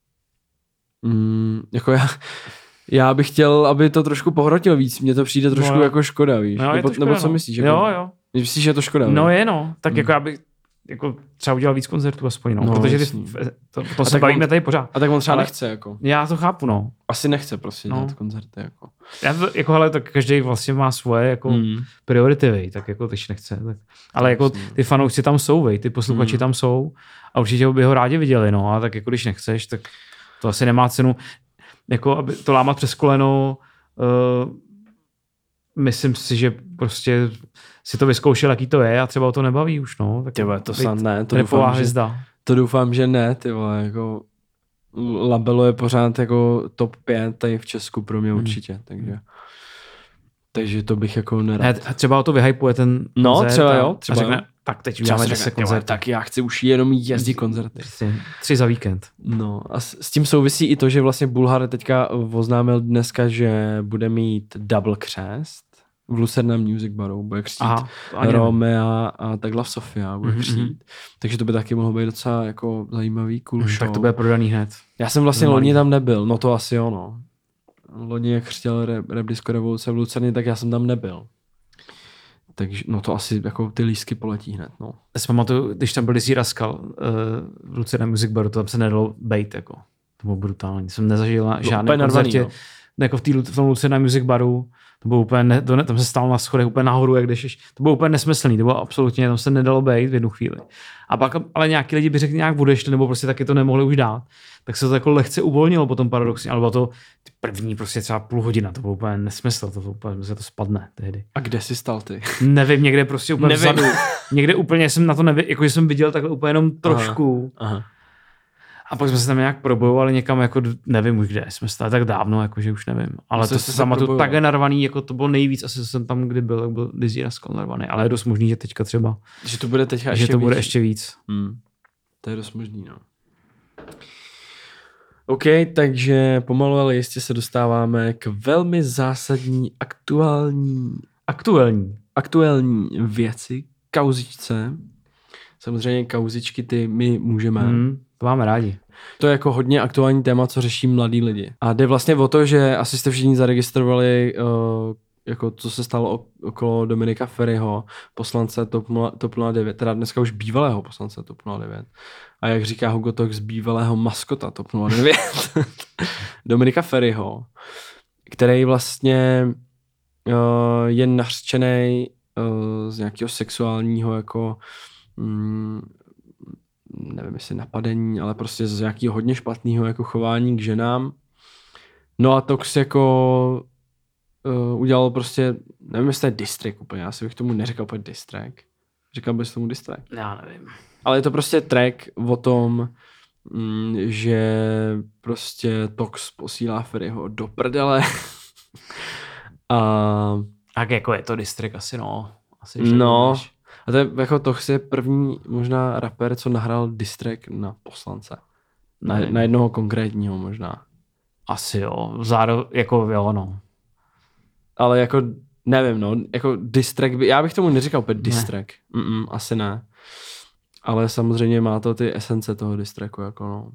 [SPEAKER 1] jako já bych chtěl, aby to trošku pohrotil víc. Mně to přijde trošku jako škoda, víš.
[SPEAKER 2] No,
[SPEAKER 1] nebo co myslíš? Jako,
[SPEAKER 2] jo.
[SPEAKER 1] Myslíš, že je to škoda?
[SPEAKER 2] No je, no. Tak jako já bych jako třeba udělal víc koncertů aspoň, no. Protože to se bavíme tady pořád.
[SPEAKER 1] A tak on třeba nechce, jako.
[SPEAKER 2] Já to chápu, no.
[SPEAKER 1] Asi nechce prostě dělat koncerty, jako.
[SPEAKER 2] Já to, jako hele, tak každý vlastně má svoje jako priority, vej, tak jako když nechce. Tak. Ale jako ty fanoušci tam jsou, vej, ty posluchači tam jsou a určitě by ho rádi viděli, no. A tak jako když nechceš, tak to asi nemá cenu, jako aby to lámat přes koleno. Myslím si, že prostě si to vyzkoušel, jaký to je a třeba o to nebaví už, no. Tak
[SPEAKER 1] tyhle, to snad ne. To doufám, že ne, ty vole, jako Labelo je pořád jako top 5 tady v Česku pro mě určitě, takže to bych jako nerad.
[SPEAKER 2] A třeba o to vyhypuje ten koncert.
[SPEAKER 1] Třeba jo. Třeba
[SPEAKER 2] řekne, tak teď uděláme 10 koncertů.
[SPEAKER 1] Tak já chci už jenom jezdit koncerty.
[SPEAKER 2] 3 za víkend.
[SPEAKER 1] No a s tím souvisí i to, že vlastně Bulhar teďka oznámil dneska, že bude mít double křest v Lucerna Music Baru, bude křtít Romea a takhle v Sofia bude křtít. Takže to by taky mohlo být docela jako zajímavý, cool show.
[SPEAKER 2] Tak to bude prodaný hned.
[SPEAKER 1] Já jsem vlastně loni tam nebyl, no to asi ono. Loni jak chtěl Rap Disco Revoluce v Lucerně, tak já jsem tam nebyl. Takže no to asi jako ty lístky poletí hned, no.
[SPEAKER 2] Já si pamatuju, když tam byl Dizzy Rascal v Lucerna Music Baru, to tam se nedalo bejt, jako. To bylo brutální. Jsem nezažil na žádném koncertě. Jako v tom Lucerna Music Baru, to bylo úplně, tam se stál na schodech úplně nahoru, jak jdeš, to bylo úplně nesmyslný, to bylo absolutně, tam se nedalo bejt v jednu chvíli. A pak, ale nějaký lidi by řekli, nějak budeš, nebo prostě taky to nemohli už dát. Tak se to jako lehce uvolnilo potom paradoxně, ale bylo to první prostě třeba půl hodina, to bylo úplně nesmysl, to bylo úplně, že to spadne tehdy.
[SPEAKER 1] A kde jsi stal ty?
[SPEAKER 2] Nevím, někde prostě úplně vzadu. Někde úplně jsem na to jako že jsem viděl takhle úplně jenom trošku. Aha. A pak jsme se tam nějak probojovali někam, jako nevím už kde, jsme stáli tak dávno, jako že už nevím. Ale to se pamatuju takhle narvaný, jako to bylo nejvíc, asi jsem tam kdy byl, tak byl Dizzy Rascal narvaný, ale je dost možný, že teďka třeba.
[SPEAKER 1] Že to bude teďka
[SPEAKER 2] ještě víc. Bude ještě víc.
[SPEAKER 1] To je dost možný, no. OK, takže pomalu, ale jistě se dostáváme k velmi zásadní aktuální věci, kauzičce. Samozřejmě kauzičky ty my můžeme.
[SPEAKER 2] To máme rádi.
[SPEAKER 1] To je jako hodně aktuální téma, co řeší mladí lidi. A jde vlastně o to, že asi jste všichni zaregistrovali, jako co se stalo okolo Dominika Feriho, poslance TOP 09, teda dneska už bývalého poslance TOP 09. A jak říká Hugo Tox, bývalého maskota TOP 09. Dominika Feriho, který vlastně je nařčený z nějakého sexuálního jako nevím, jestli napadení, ale prostě z nějakého hodně špatného jako chování k ženám No a Tox jako udělal prostě, nevím, jestli to je diss track úplně, já si bych tomu neřekl úplně diss track. Říkal bys tomu diss track?
[SPEAKER 2] Já nevím.
[SPEAKER 1] Ale je to prostě track o tom, že prostě Tox posílá Ferryho do prdele.
[SPEAKER 2] Tak jako je to diss track asi, no.
[SPEAKER 1] A to je jako Tox je první možná rapper, co nahrál diss track na poslance. Na jednoho konkrétního možná.
[SPEAKER 2] Asi jo, jako jo, no.
[SPEAKER 1] Ale jako, nevím, no, jako diss track, já bych tomu neříkal úplně diss track. Asi ne. Ale samozřejmě má to ty esence toho diss tracku, jako no.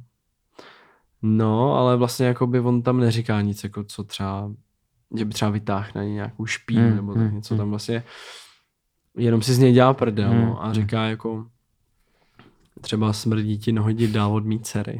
[SPEAKER 1] No, ale vlastně jako by on tam neříká nic, jako co třeba, že by třeba vytáhl na nějakou špínu, nebo tak něco tam vlastně, jenom si z něj dělá prdel, no, a říká jako, třeba smrdí ti nohodit dál od mý dcery.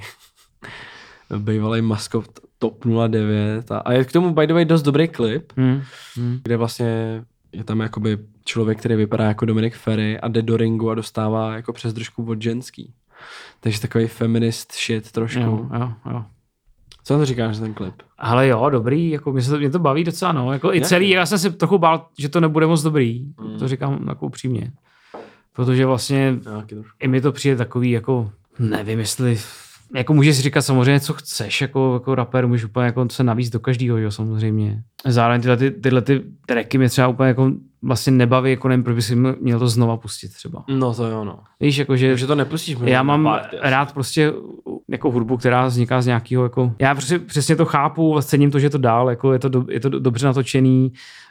[SPEAKER 1] Bývalý maskot TOP 09 a je k tomu by the way dost dobrý klip, kde vlastně je tam jakoby člověk, který vypadá jako Dominic Ferry a jde do ringu a dostává jako přes držku od ženský. Takže takový feminist shit trošku.
[SPEAKER 2] Jo.
[SPEAKER 1] Co na to říkáš, ten klip?
[SPEAKER 2] Ale jo, dobrý, jako mě to baví docela, no. Jako i celý, já jsem si trochu bál, že to nebude moc dobrý, to říkám jako upřímně. Protože vlastně i mi to přijde takový, jako nevím, jestli jako můžeš říkat samozřejmě, co chceš, jako rapper, můžeš úplně jako se navíc do každého, jo, samozřejmě. Zároveň tyhle tracky mě třeba úplně jako vlastně nebaví, jako nevím, proč by si měl to znova pustit třeba.
[SPEAKER 1] No to jo, no.
[SPEAKER 2] Víš, jako že
[SPEAKER 1] to nepustíš.
[SPEAKER 2] Já mám rád prostě jako hudbu, která vzniká z nějakého, jako já přesně to chápu, cením to, že to dál, jako je to dobře natočený,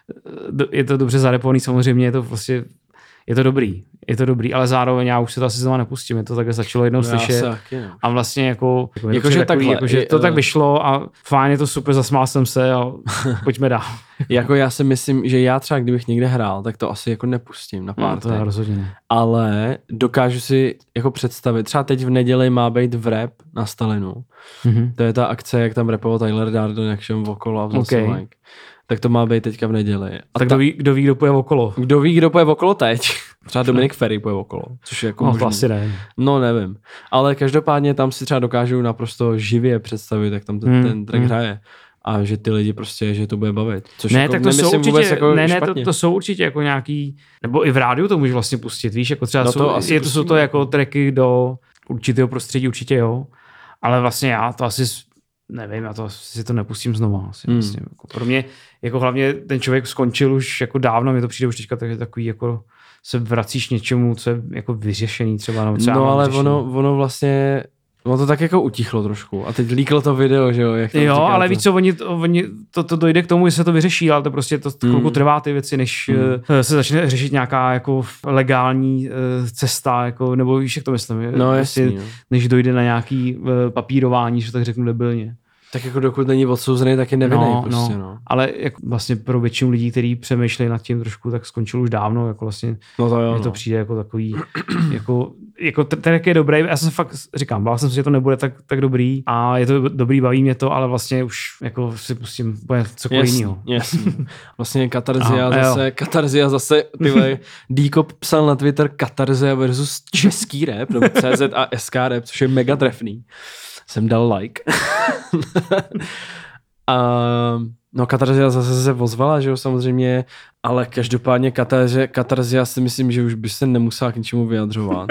[SPEAKER 2] je to dobře zarepovaný, samozřejmě je to prostě je to dobrý, ale zároveň já už se to asi znova nepustím, je to takhle začalo jednou slyšet a vlastně jako
[SPEAKER 1] že takhle,
[SPEAKER 2] jakože to tak vyšlo a fajn, je to super, zasmál jsem se a pojďme dál.
[SPEAKER 1] Jako já si myslím, že já třeba kdybych někde hrál, tak to asi jako nepustím na party.
[SPEAKER 2] To je rozhodně ne.
[SPEAKER 1] Ale dokážu si jako představit, třeba teď v neděli má být v rap na Stalinu. To je ta akce, jak tam rapoval Tyler Darden, jak šel okolo a vzal si mic. Tak to má být teďka v neděli. A
[SPEAKER 2] tak kdo ví, kdo půjde okolo?
[SPEAKER 1] Kdo ví, kdo půjde okolo teď? Třeba Dominic Ferry půjde okolo. Což je jako
[SPEAKER 2] to asi ne.
[SPEAKER 1] No nevím. Ale každopádně tam si třeba dokážu naprosto živě představit, jak tam ten track hraje. A že ty lidi prostě, že to bude bavit. Což
[SPEAKER 2] ne,
[SPEAKER 1] jako
[SPEAKER 2] tak to jsou určitě,
[SPEAKER 1] jako
[SPEAKER 2] to jsou určitě jako nějaký, nebo i v rádiu to můžeš vlastně pustit, víš, jako třeba jsou to jako tracky do určitého prostředí, určitě jo. Ale vlastně já to asi nevím, já to si to nepustím znova. Vlastně, jako pro mě, jako hlavně ten člověk skončil už jako dávno, mi to přijde už teďka takový, jako se vracíš něčemu, co je jako vyřešený třeba.
[SPEAKER 1] No ale ono vlastně, ono to tak jako utichlo trošku a teď líklo to video, že jo? Jak tam
[SPEAKER 2] jo, ale víš co, oni to dojde k tomu, že se to vyřeší, ale to prostě to chvilku trvá ty věci, než se začne řešit nějaká jako legální cesta, jako, nebo víš, jak to myslím,
[SPEAKER 1] no, jasný,
[SPEAKER 2] než dojde na nějaký papírování, že tak řeknu debilně.
[SPEAKER 1] Tak jako dokud není odsouzený, tak je nevinný prostě, no.
[SPEAKER 2] Ale jako vlastně pro většinu lidí, kteří přemýšlejí nad tím trošku, tak skončil už dávno, jako vlastně to přijde jako takový, jako track je dobrý, já jsem fakt říkám, bál jsem si, že to nebude tak dobrý a je to dobrý, baví mě to, ale vlastně už jako si pustím cokoliv jiného.
[SPEAKER 1] Jasný. Vlastně Katarzia zase tyhle, D-Cop psal na Twitter Katarzia versus český rap, nebo CZ a SK rap, což je mega trefný. Jsem dal like. No Katarzia zase se ozvala, že jo, samozřejmě, ale každopádně Katarzia si myslím, že už by se nemusela k ničemu vyjadřovat.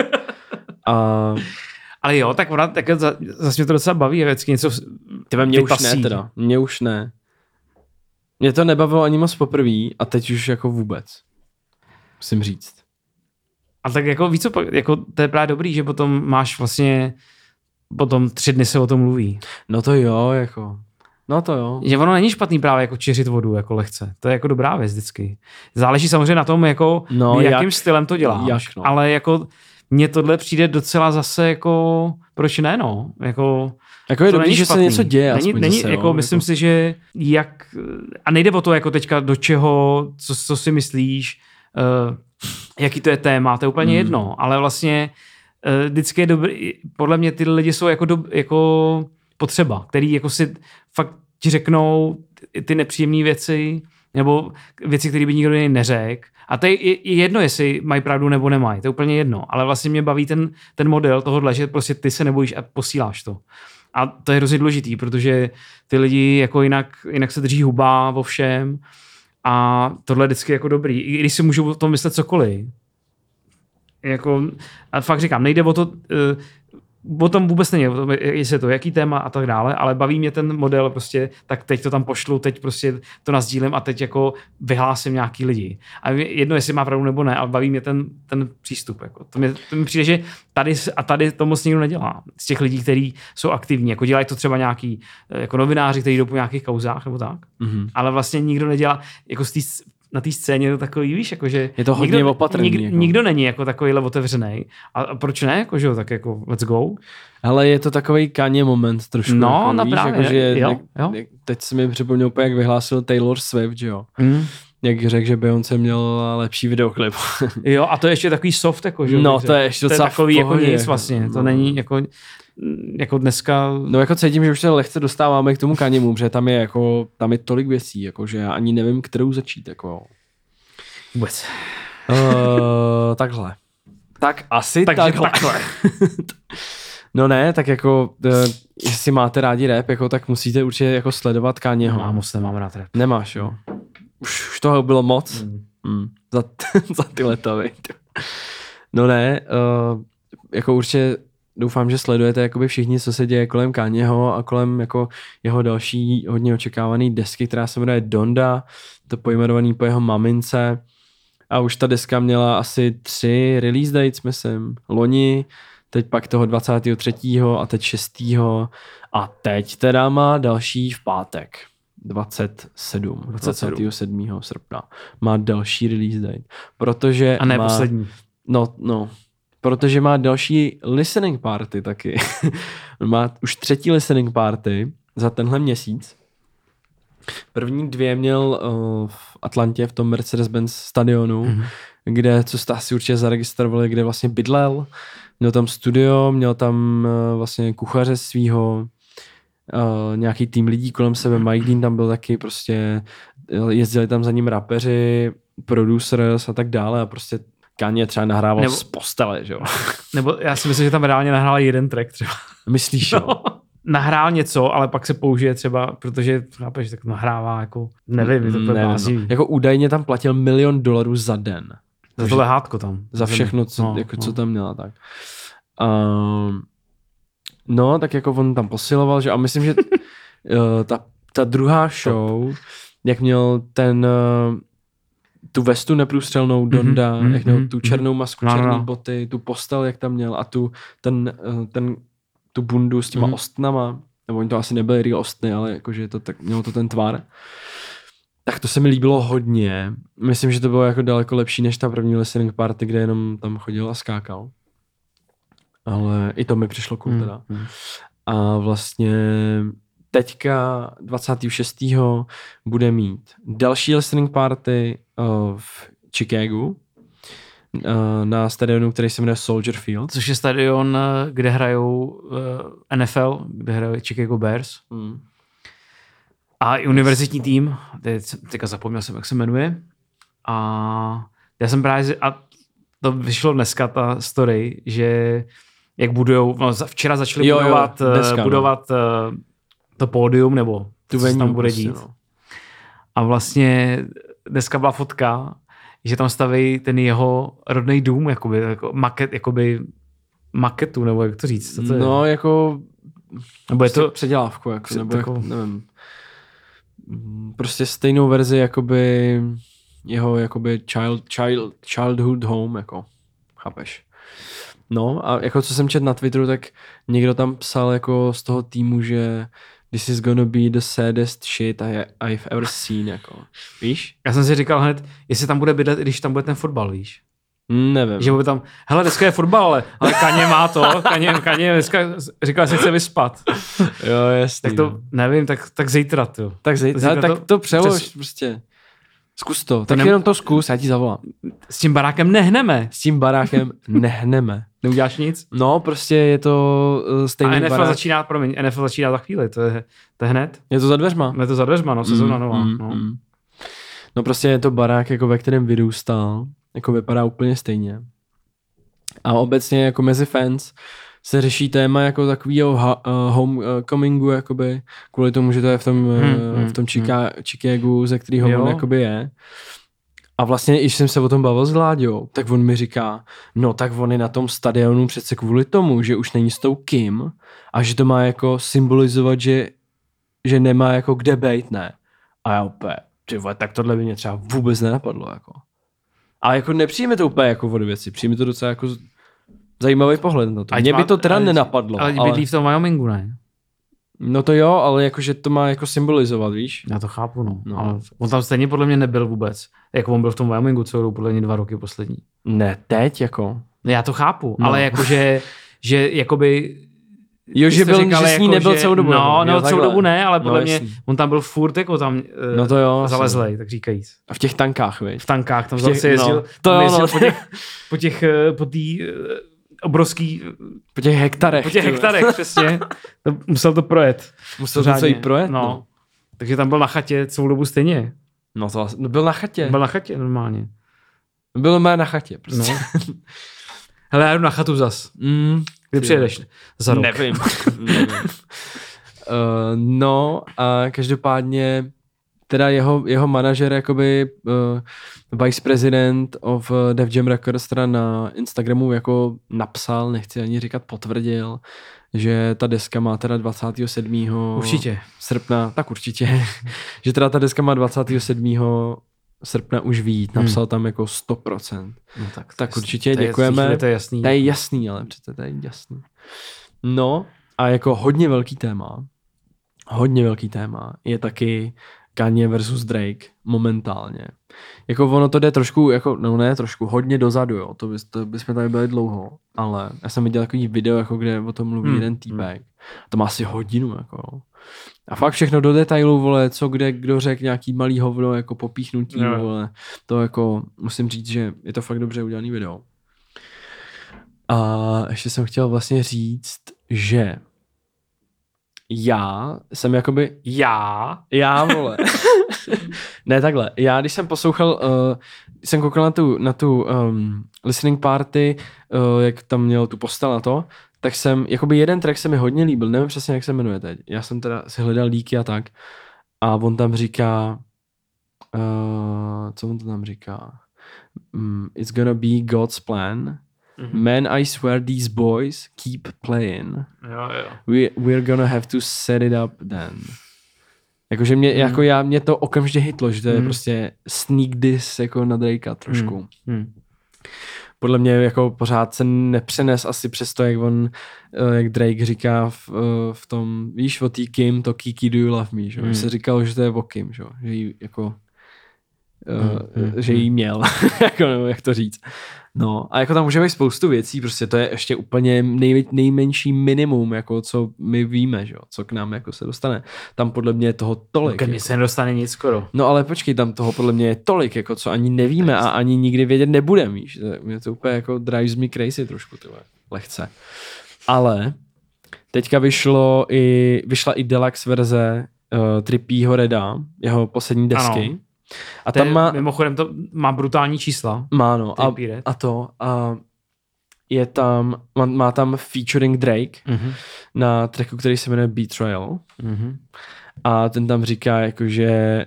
[SPEAKER 2] Ale jo, tak ona tak zase mě to docela baví, je vždycky něco
[SPEAKER 1] mě už ne teda, mě už ne. Mě to nebavilo ani moc poprvé a teď už jako vůbec. Musím říct.
[SPEAKER 2] A tak jako víc co, jako to je právě dobrý, že potom máš vlastně potom 3 dny se o tom mluví.
[SPEAKER 1] No to jo, jako. No to jo.
[SPEAKER 2] Že ono není špatný právě jako čeřit vodu jako lehce. To je jako dobrá věc vždycky. Záleží samozřejmě na tom, jako jakým stylem to děláš. Ale jako mně tohle přijde docela zase jako, proč ne, no. Jako
[SPEAKER 1] je dobrý, že se něco děje.
[SPEAKER 2] Není zase, jako, myslím si, že a nejde o to jako teďka do čeho, co si myslíš, jaký to je téma, to je úplně jedno. Ale vlastně vždycky je dobrý, podle mě ty lidi jsou jako potřeba, který jako si fakt ti řeknou ty nepříjemné věci, nebo věci, které by nikdo jiný neřekl. A to je jedno, jestli mají pravdu nebo nemají, to je úplně jedno. Ale vlastně mě baví ten model tohohle, že prostě ty se nebojíš a posíláš to. A to je hrozně důležitý, protože ty lidi jako jinak se drží huba vo všem a tohle je vždycky jako dobrý. I když si můžu o tom myslet cokoliv. Jako, a fakt říkám, nejde o to, o tom vůbec není, jestli je to jaký téma a tak dále, ale baví mě ten model prostě, tak teď to tam pošlu, teď prostě to nasdílím a teď jako vyhlásím nějaký lidi. A jedno, jestli má pravdu nebo ne, ale baví mě ten přístup. Jako. To mi přijde, že tady to moc nikdo nedělá. Z těch lidí, kteří jsou aktivní, jako dělají to třeba nějaký jako novináři, kteří jdou po nějakých kauzách nebo tak, ale vlastně nikdo nedělá, jako na té scéně to takový, víš, jakože
[SPEAKER 1] je to hodně opatrný.
[SPEAKER 2] Nikdo není jako takovýhle otevřenej. A proč ne? Jako, že jo, tak jako let's go.
[SPEAKER 1] Ale je to takový Kanye moment trošku.
[SPEAKER 2] No,
[SPEAKER 1] jako, víš,
[SPEAKER 2] právě.
[SPEAKER 1] Jako, teď se mi připomněl úplně, jak vyhlásil Taylor Swift, že jo. Jak řekl, že Beyoncé měl lepší videoklip.
[SPEAKER 2] Jo, a to je ještě takový soft, jako, že jo.
[SPEAKER 1] No, to je ještě docela
[SPEAKER 2] takový jako nic vlastně. To není jako dneska...
[SPEAKER 1] No jako cítím, že už se lehce dostáváme k tomu Kanyemu, protože tam je tolik věcí, jako, že já ani nevím, kterou začít. Jako.
[SPEAKER 2] Vůbec.
[SPEAKER 1] Takhle. Tak asi takhle. No ne, tak jako, jestli máte rádi rap, jako, tak musíte určitě jako sledovat Kanyeho.
[SPEAKER 2] Nemám rád rap.
[SPEAKER 1] Nemáš, jo. Už toho bylo moc. Za ty leta, No ne, jako určitě doufám, že sledujete jakoby všichni, co se děje kolem Kanyeho a kolem jako jeho další hodně očekávaný desky, která se jmenuje Donda, to pojmenovaný po jeho mamince. A už ta deska měla asi 3 release dates, myslím. Loni, teď pak toho 23. a teď 6. A teď teda má další v pátek. 27. srpna. Má další release date. Protože
[SPEAKER 2] a ne poslední.
[SPEAKER 1] No. Protože má další listening party taky. Má už 3. listening party za tenhle měsíc. První 2 měl v Atlantě, v tom Mercedes-Benz stadionu, kde, co jste asi určitě zaregistrovali, kde vlastně bydlel. Měl tam studio, měl tam vlastně kuchaře svýho, nějaký tým lidí kolem sebe, Mike Dean tam byl taky, prostě jezdili tam za ním rapeři, producers a tak dále a prostě Kanye třeba nahrával z postele, že jo.
[SPEAKER 2] Nebo já si myslím, že tam reálně nahrál jeden track třeba.
[SPEAKER 1] Myslíš, jo?
[SPEAKER 2] Nahrál něco, ale pak se použije třeba, protože chápeš, tak nahrává jako, nevím, to bude blázivý.
[SPEAKER 1] Jako údajně tam platil $1 milion za den.
[SPEAKER 2] Za to lehátko tam.
[SPEAKER 1] Za všechno, co tam měla, tak. No, tak jako on tam posiloval, že a myslím, že ta druhá show, jak měl tu vestu neprůstřelnou Donda, jak měl tu černou masku, černé boty, tu postel, jak tam měl a tu bundu s těma ostnama, nebo oni to asi nebyly real ostny, ale jakože to tak, mělo to ten tvar. Tak to se mi líbilo hodně. Myslím, že to bylo jako daleko lepší než ta první listening party, kde jenom tam chodil a skákal. Ale i to mi přišlo cool teda. A vlastně teďka 26. bude mít další listening party v Chicagu na stadionu, který se jmenuje Soldier Field.
[SPEAKER 2] Což je stadion, kde hrajou NFL, kde hrajou Chicago Bears. A i univerzitní tým, teďka zapomněl jsem, jak se jmenuje. A já jsem právě, a to vyšlo dneska ta story, že jak budujou, včera začali budovat to pódium, nebo
[SPEAKER 1] tu
[SPEAKER 2] co se tam bude
[SPEAKER 1] prostě,
[SPEAKER 2] dít. No. A vlastně dneska byla fotka, že tam staví ten jeho rodný dům, maketu, nebo jak to říct? Co to je?
[SPEAKER 1] No, jako
[SPEAKER 2] nebo je to
[SPEAKER 1] předělávku, jako, nebo jako, nevím. Prostě stejnou verzi, jakoby jeho jakoby childhood home, jako, chápeš. No a jako co jsem četl na Twitteru, tak někdo tam psal jako z toho týmu, že this is gonna be the saddest shit I've ever seen, jako, víš?
[SPEAKER 2] Já jsem si říkal hned, jestli tam bude bydlet, když tam bude ten fotbal, víš?
[SPEAKER 1] Nevím.
[SPEAKER 2] Že bude tam, hele, dneska je fotbal, ale Kanye má to, Kanye dneska říkal, že se chce vyspat.
[SPEAKER 1] Jo, jasný.
[SPEAKER 2] Tak to, nevím, tak zítra, to.
[SPEAKER 1] Tak zítra, tak to přelož prostě. Zkus to. Tak jenom to zkus, já ti zavolám.
[SPEAKER 2] S tím barákem nehneme. Neuděláš nic?
[SPEAKER 1] No, prostě je to stejný
[SPEAKER 2] barák.
[SPEAKER 1] A
[SPEAKER 2] NFL začíná za chvíli, to je hned.
[SPEAKER 1] Je to za dveřma.
[SPEAKER 2] Je to za dveřma, no, sezóna nová.
[SPEAKER 1] No prostě je to barák, jako ve kterém vyrůstal, jako vypadá úplně stejně. A obecně jako mezi fans se řeší téma jako takovýho homecomingu, jakoby, kvůli tomu, že to je v tom Chicagu, ze kterého on jakoby je. A vlastně, když jsem se o tom bavil s Láďou, tak on mi říká, no tak on je na tom stadionu přece kvůli tomu, že už není s tou Kim a že to má jako symbolizovat, že nemá jako kde bejt, ne? A já úplně, ty vole, tak tohle by mě třeba vůbec nenapadlo, jako. A jako nepřijme to úplně jako od věci, přijme to docela jako zajímavý pohled na to. Mě by to teda nenapadlo.
[SPEAKER 2] Ale bydlí v tom Wyomingu, ne?
[SPEAKER 1] No to jo, ale jakože to má jako symbolizovat, víš?
[SPEAKER 2] Já to chápu, no. Ale on tam stejně podle mě nebyl vůbec. Jako on byl v tom Wyomingu celou podle mě 2 roky poslední.
[SPEAKER 1] Ne, teď jako.
[SPEAKER 2] Já to chápu, ale jakože, že jakoby...
[SPEAKER 1] Jo, že byl, říkal, že s ní
[SPEAKER 2] jako,
[SPEAKER 1] nebyl celou dobu.
[SPEAKER 2] No, celou dobu ne, ale podle mě, on tam byl furt jako tam zalezlej, tak říkajíc.
[SPEAKER 1] A v těch tankách, víš?
[SPEAKER 2] V tankách, tam zase jezdil, po té obrovský...
[SPEAKER 1] Po těch hektarech.
[SPEAKER 2] Po těch hektarech, přesně. Musel to projet.
[SPEAKER 1] Musel to celý projet,
[SPEAKER 2] no. Takže tam byl na chatě celou dobu stejně.
[SPEAKER 1] No to byl na chatě.
[SPEAKER 2] Byl na chatě normálně.
[SPEAKER 1] Byl na chatě, prostě. No.
[SPEAKER 2] Hele, já jdu na chatu zas. Kdy přijedeš? Za rok.
[SPEAKER 1] Nevím. No a každopádně teda jeho manažer, jakoby vice president of Def Jam Records teda na Instagramu jako napsal, nechci ani říkat potvrdil, že ta deska má teda 27. srpna, tak určitě, že teda ta deska má 27. srpna už vyjít, napsal tam jako 100%. No tak určitě děkujeme.
[SPEAKER 2] To je jasný.
[SPEAKER 1] To je jasný, ale přece to je jasný. No a jako hodně velký téma je taky Kanye versus Drake momentálně. Jako ono to jde trošku, jako, no ne trošku, hodně dozadu, jo. To bychom tady byli dlouho, ale já jsem viděl takový video, jako kde o tom mluví jeden týpek. To má asi hodinu, jako. A fakt všechno do detailu, vole, co kde, kdo řekl nějaký malý hovno, jako popíchnutí, vole. To jako, musím říct, že je to fakt dobře udělaný video. A ještě jsem chtěl vlastně říct, že já jsem jakoby... Já, vole. Ne, takhle. Já, když jsem poslouchal, jsem koukal na tu listening party, jak tam měl tu postel na to, tak jsem, jakoby jeden track se mi hodně líbil, nevím přesně, jak se jmenuje teď. Já jsem teda si hledal líky a tak. A on tam říká, co on to tam říká? It's gonna be God's plan. Man, I swear these boys keep playing. We're gonna have to set it up then. Jakože mě to okamžitě hitlo, že to je prostě sneak diss jako na Drakea trošku. Podle mě jako pořád se nepřenes asi přes to, jak Drake říká v tom, víš, o tý Kim, to Kiki do you love me, že se říkalo, že to je o Kim, že jí jako že jí měl, jako, nebo jak to říct. No a jako tam může být spoustu věcí, prostě to je ještě úplně nejmenší minimum, jako co my víme, že? Co k nám jako se dostane. Tam podle mě je toho tolik.
[SPEAKER 2] Ke mně se nedostane nic skoro.
[SPEAKER 1] No ale počkej, tam toho podle mě je tolik, jako co ani nevíme a ani nikdy vědět nebudeme, víš. Mě to úplně jako drives me crazy trošku, tyhle, lehce. Ale teďka vyšla i deluxe verze Trippyho Reda, jeho poslední desky.
[SPEAKER 2] Ano. A tam mimochodem to má brutální čísla.
[SPEAKER 1] Má no. A je tam, má tam featuring Drake na tracku, který se jmenuje Betrayal. A ten tam říká jakože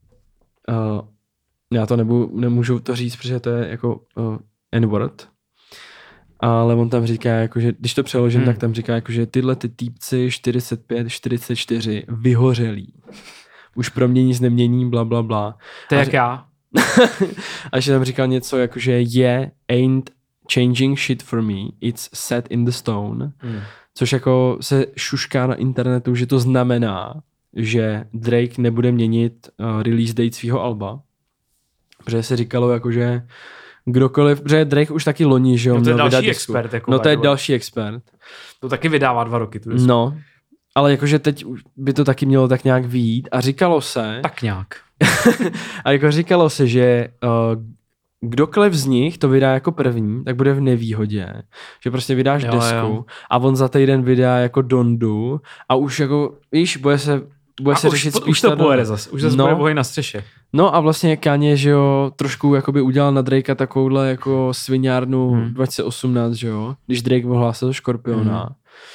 [SPEAKER 1] já to nemůžu to říct, protože to je jako N-word. Ale on tam říká, jakože, když to přeložím, tak tam říká, jakože tyhle ty týpci 45, 44 vyhořelí. Už pro mě nic nemění, bla, bla, bla.
[SPEAKER 2] To je jak já.
[SPEAKER 1] A že tam říkal něco jako, že ain't changing shit for me, it's set in the stone. Což jako se šušká na internetu, že to znamená, že Drake nebude měnit release date svého alba. Protože se říkalo jako, že kdokoliv, protože Drake už taky loni, že jo,
[SPEAKER 2] měl vydat disku.
[SPEAKER 1] No to je další expert.
[SPEAKER 2] To taky vydává 2 roky. Tu disku.
[SPEAKER 1] No. Ale jakože teď by to taky mělo tak nějak vyjít a říkalo se...
[SPEAKER 2] Tak nějak.
[SPEAKER 1] A jako říkalo se, že kdokoliv z nich to vydá jako první, tak bude v nevýhodě. Že prostě vydáš desku a on za týden vydá jako Dondu a už jako, víš, bude se řešit spíš...
[SPEAKER 2] Už to pojede zase, už zase bude bohej na střeše.
[SPEAKER 1] No a vlastně Kanye, že jo, trošku jakoby udělal na Drakea takovouhle jako sviňárnu 2018, že jo, když Drake ohlásil Škorpiona.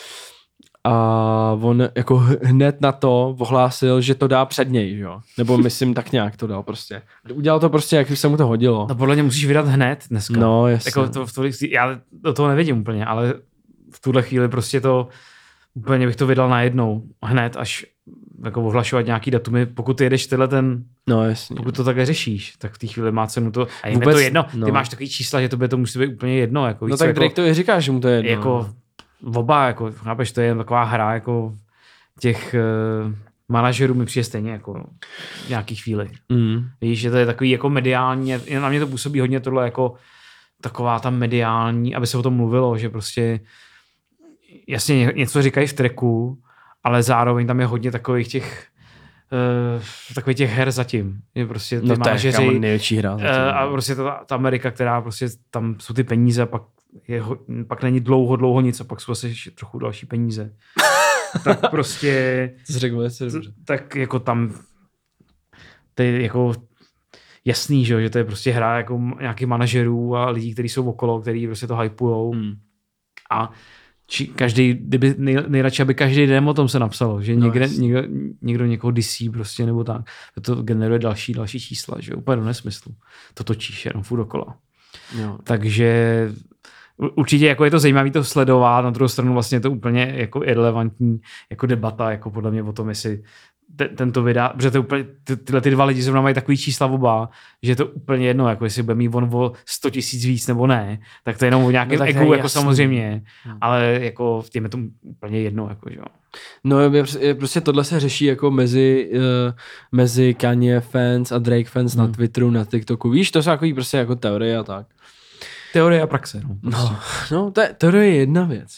[SPEAKER 1] A on jako hned na to ohlásil, že to dá před něj, jo. Nebo myslím tak nějak to dal prostě. Udělal to prostě, jak se mu to hodilo.
[SPEAKER 2] No podle mě musíš vydat hned dneska.
[SPEAKER 1] No, jasně.
[SPEAKER 2] Jako já do toho nevidím úplně, ale v tuhle chvíli prostě to úplně bych to vydal najednou. Hned, až jako ohlašovat nějaký datumy, pokud ty jedeš tyhle ten,
[SPEAKER 1] no, jasně.
[SPEAKER 2] pokud to takhle řešíš, tak v té chvíli má cenu to, a jim
[SPEAKER 1] Vůbec,
[SPEAKER 2] je to jedno,
[SPEAKER 1] no.
[SPEAKER 2] Ty máš takový čísla, že tobě to musí být úplně jedno. Jako,
[SPEAKER 1] No tak
[SPEAKER 2] jako,
[SPEAKER 1] Drake to i říká, že mu to je jedno.
[SPEAKER 2] Jako oba, jako, chápeš, to je taková hra, jako těch manažerů mi přijde stejně, jako v nějaký chvíli. Víš, že to je takový jako mediální, na mě to působí hodně tohle jako taková ta mediální, aby se o tom mluvilo, že prostě jasně něco říkají v tracku, ale zároveň tam je hodně takových těch her zatím. Je prostě ty manažeři,
[SPEAKER 1] to je největší hra zatím.
[SPEAKER 2] A prostě ta Amerika, která prostě tam jsou ty peníze, pak není dlouho nic a pak jsou asi trochu další peníze. Tak prostě
[SPEAKER 1] to jsi řekl velice dobře.
[SPEAKER 2] Tak jako tam to je jako jasný, že to je prostě hra jako nějakých manažerů a lidí, kteří jsou okolo, kteří prostě to hypujou. A každý, kdyby nejradši, aby každý den o tom se napsalo, že někdo někoho disí prostě nebo tak. To generuje další čísla, že úplně do nesmyslu. To točíš jenom furt dokola.
[SPEAKER 1] Jo.
[SPEAKER 2] Takže určitě jako je to zajímavé to sledovat, na druhou stranu vlastně je to úplně jako irrelevantní jako debata, jako podle mě o tom, jestli tento vydá, protože to úplně, tyhle ty dva lidi zrovna mají takový čísla oba, že je to úplně jedno, jako jestli bude mít on o 100 000 víc nebo ne, tak to je jenom o nějakém egu, jako samozřejmě, ale jako tím je to úplně jedno, jako že jo.
[SPEAKER 1] No prostě tohle se řeší jako mezi Kanye fans a Drake fans na Twitteru, na TikToku, víš, to jsou takový prostě jako teorie a tak.
[SPEAKER 2] Teorie a praxe. No, prostě.
[SPEAKER 1] No teorie je jedna věc.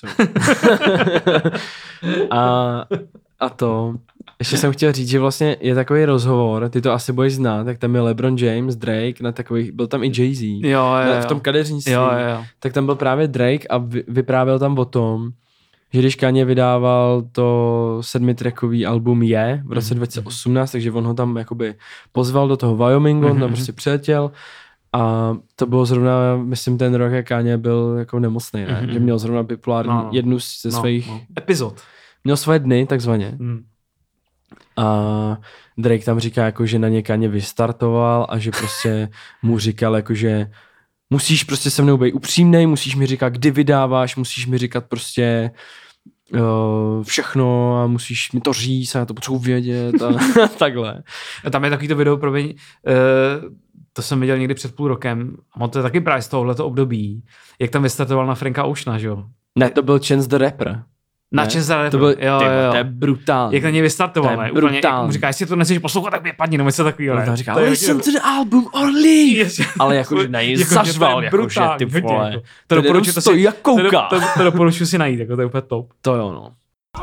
[SPEAKER 1] a to, ještě jsem chtěl říct, že vlastně je takový rozhovor, ty to asi budeš znát, tak tam je LeBron James, Drake, na takových, byl tam i Jay-Z.
[SPEAKER 2] Jo.
[SPEAKER 1] V tom kadeřnictví.
[SPEAKER 2] Jo.
[SPEAKER 1] Tak tam byl právě Drake a vyprávěl tam o tom, že když Kanye vydával to 7trackový album v roce 2018, takže on ho tam jakoby pozval do toho Wyomingu, on tam prostě přiletěl. A to bylo zrovna, myslím, ten rok, jak Kanye byl jako nemocný, ne? Že měl zrovna bipolární jednu ze svých
[SPEAKER 2] epizod.
[SPEAKER 1] Měl svoje dny, takzvaně. A Drake tam říká, jako, že na ně Kanye vystartoval a že prostě mu říkal, jako, že musíš prostě se mnou být upřímnej, musíš mi říkat, kdy vydáváš, musíš mi říkat prostě všechno a musíš mi to říct a já to potřebuji vědět a takhle.
[SPEAKER 2] A tam je takový to video, to jsem viděl někdy před půl rokem, a to je taky právě z tohoto období, jak tam vystartoval na Franka Oceana, že jo?
[SPEAKER 1] Ne, to byl Chance the Rapper.
[SPEAKER 2] Na Chance the Rapper,
[SPEAKER 1] to byl,
[SPEAKER 2] jo.
[SPEAKER 1] To je brutální.
[SPEAKER 2] Jak na něj vystartoval, ne? Úplně, jak mu říká, jestli to nechceš poslouchat, tak mě padni, nebo něco takového, ne?
[SPEAKER 1] On říká, listen to the album or leave. Ale jakože na něj zařval, jakože ty vole.
[SPEAKER 2] To
[SPEAKER 1] to
[SPEAKER 2] doporučuji si najít, jako to je úplně top.
[SPEAKER 1] To jo, no.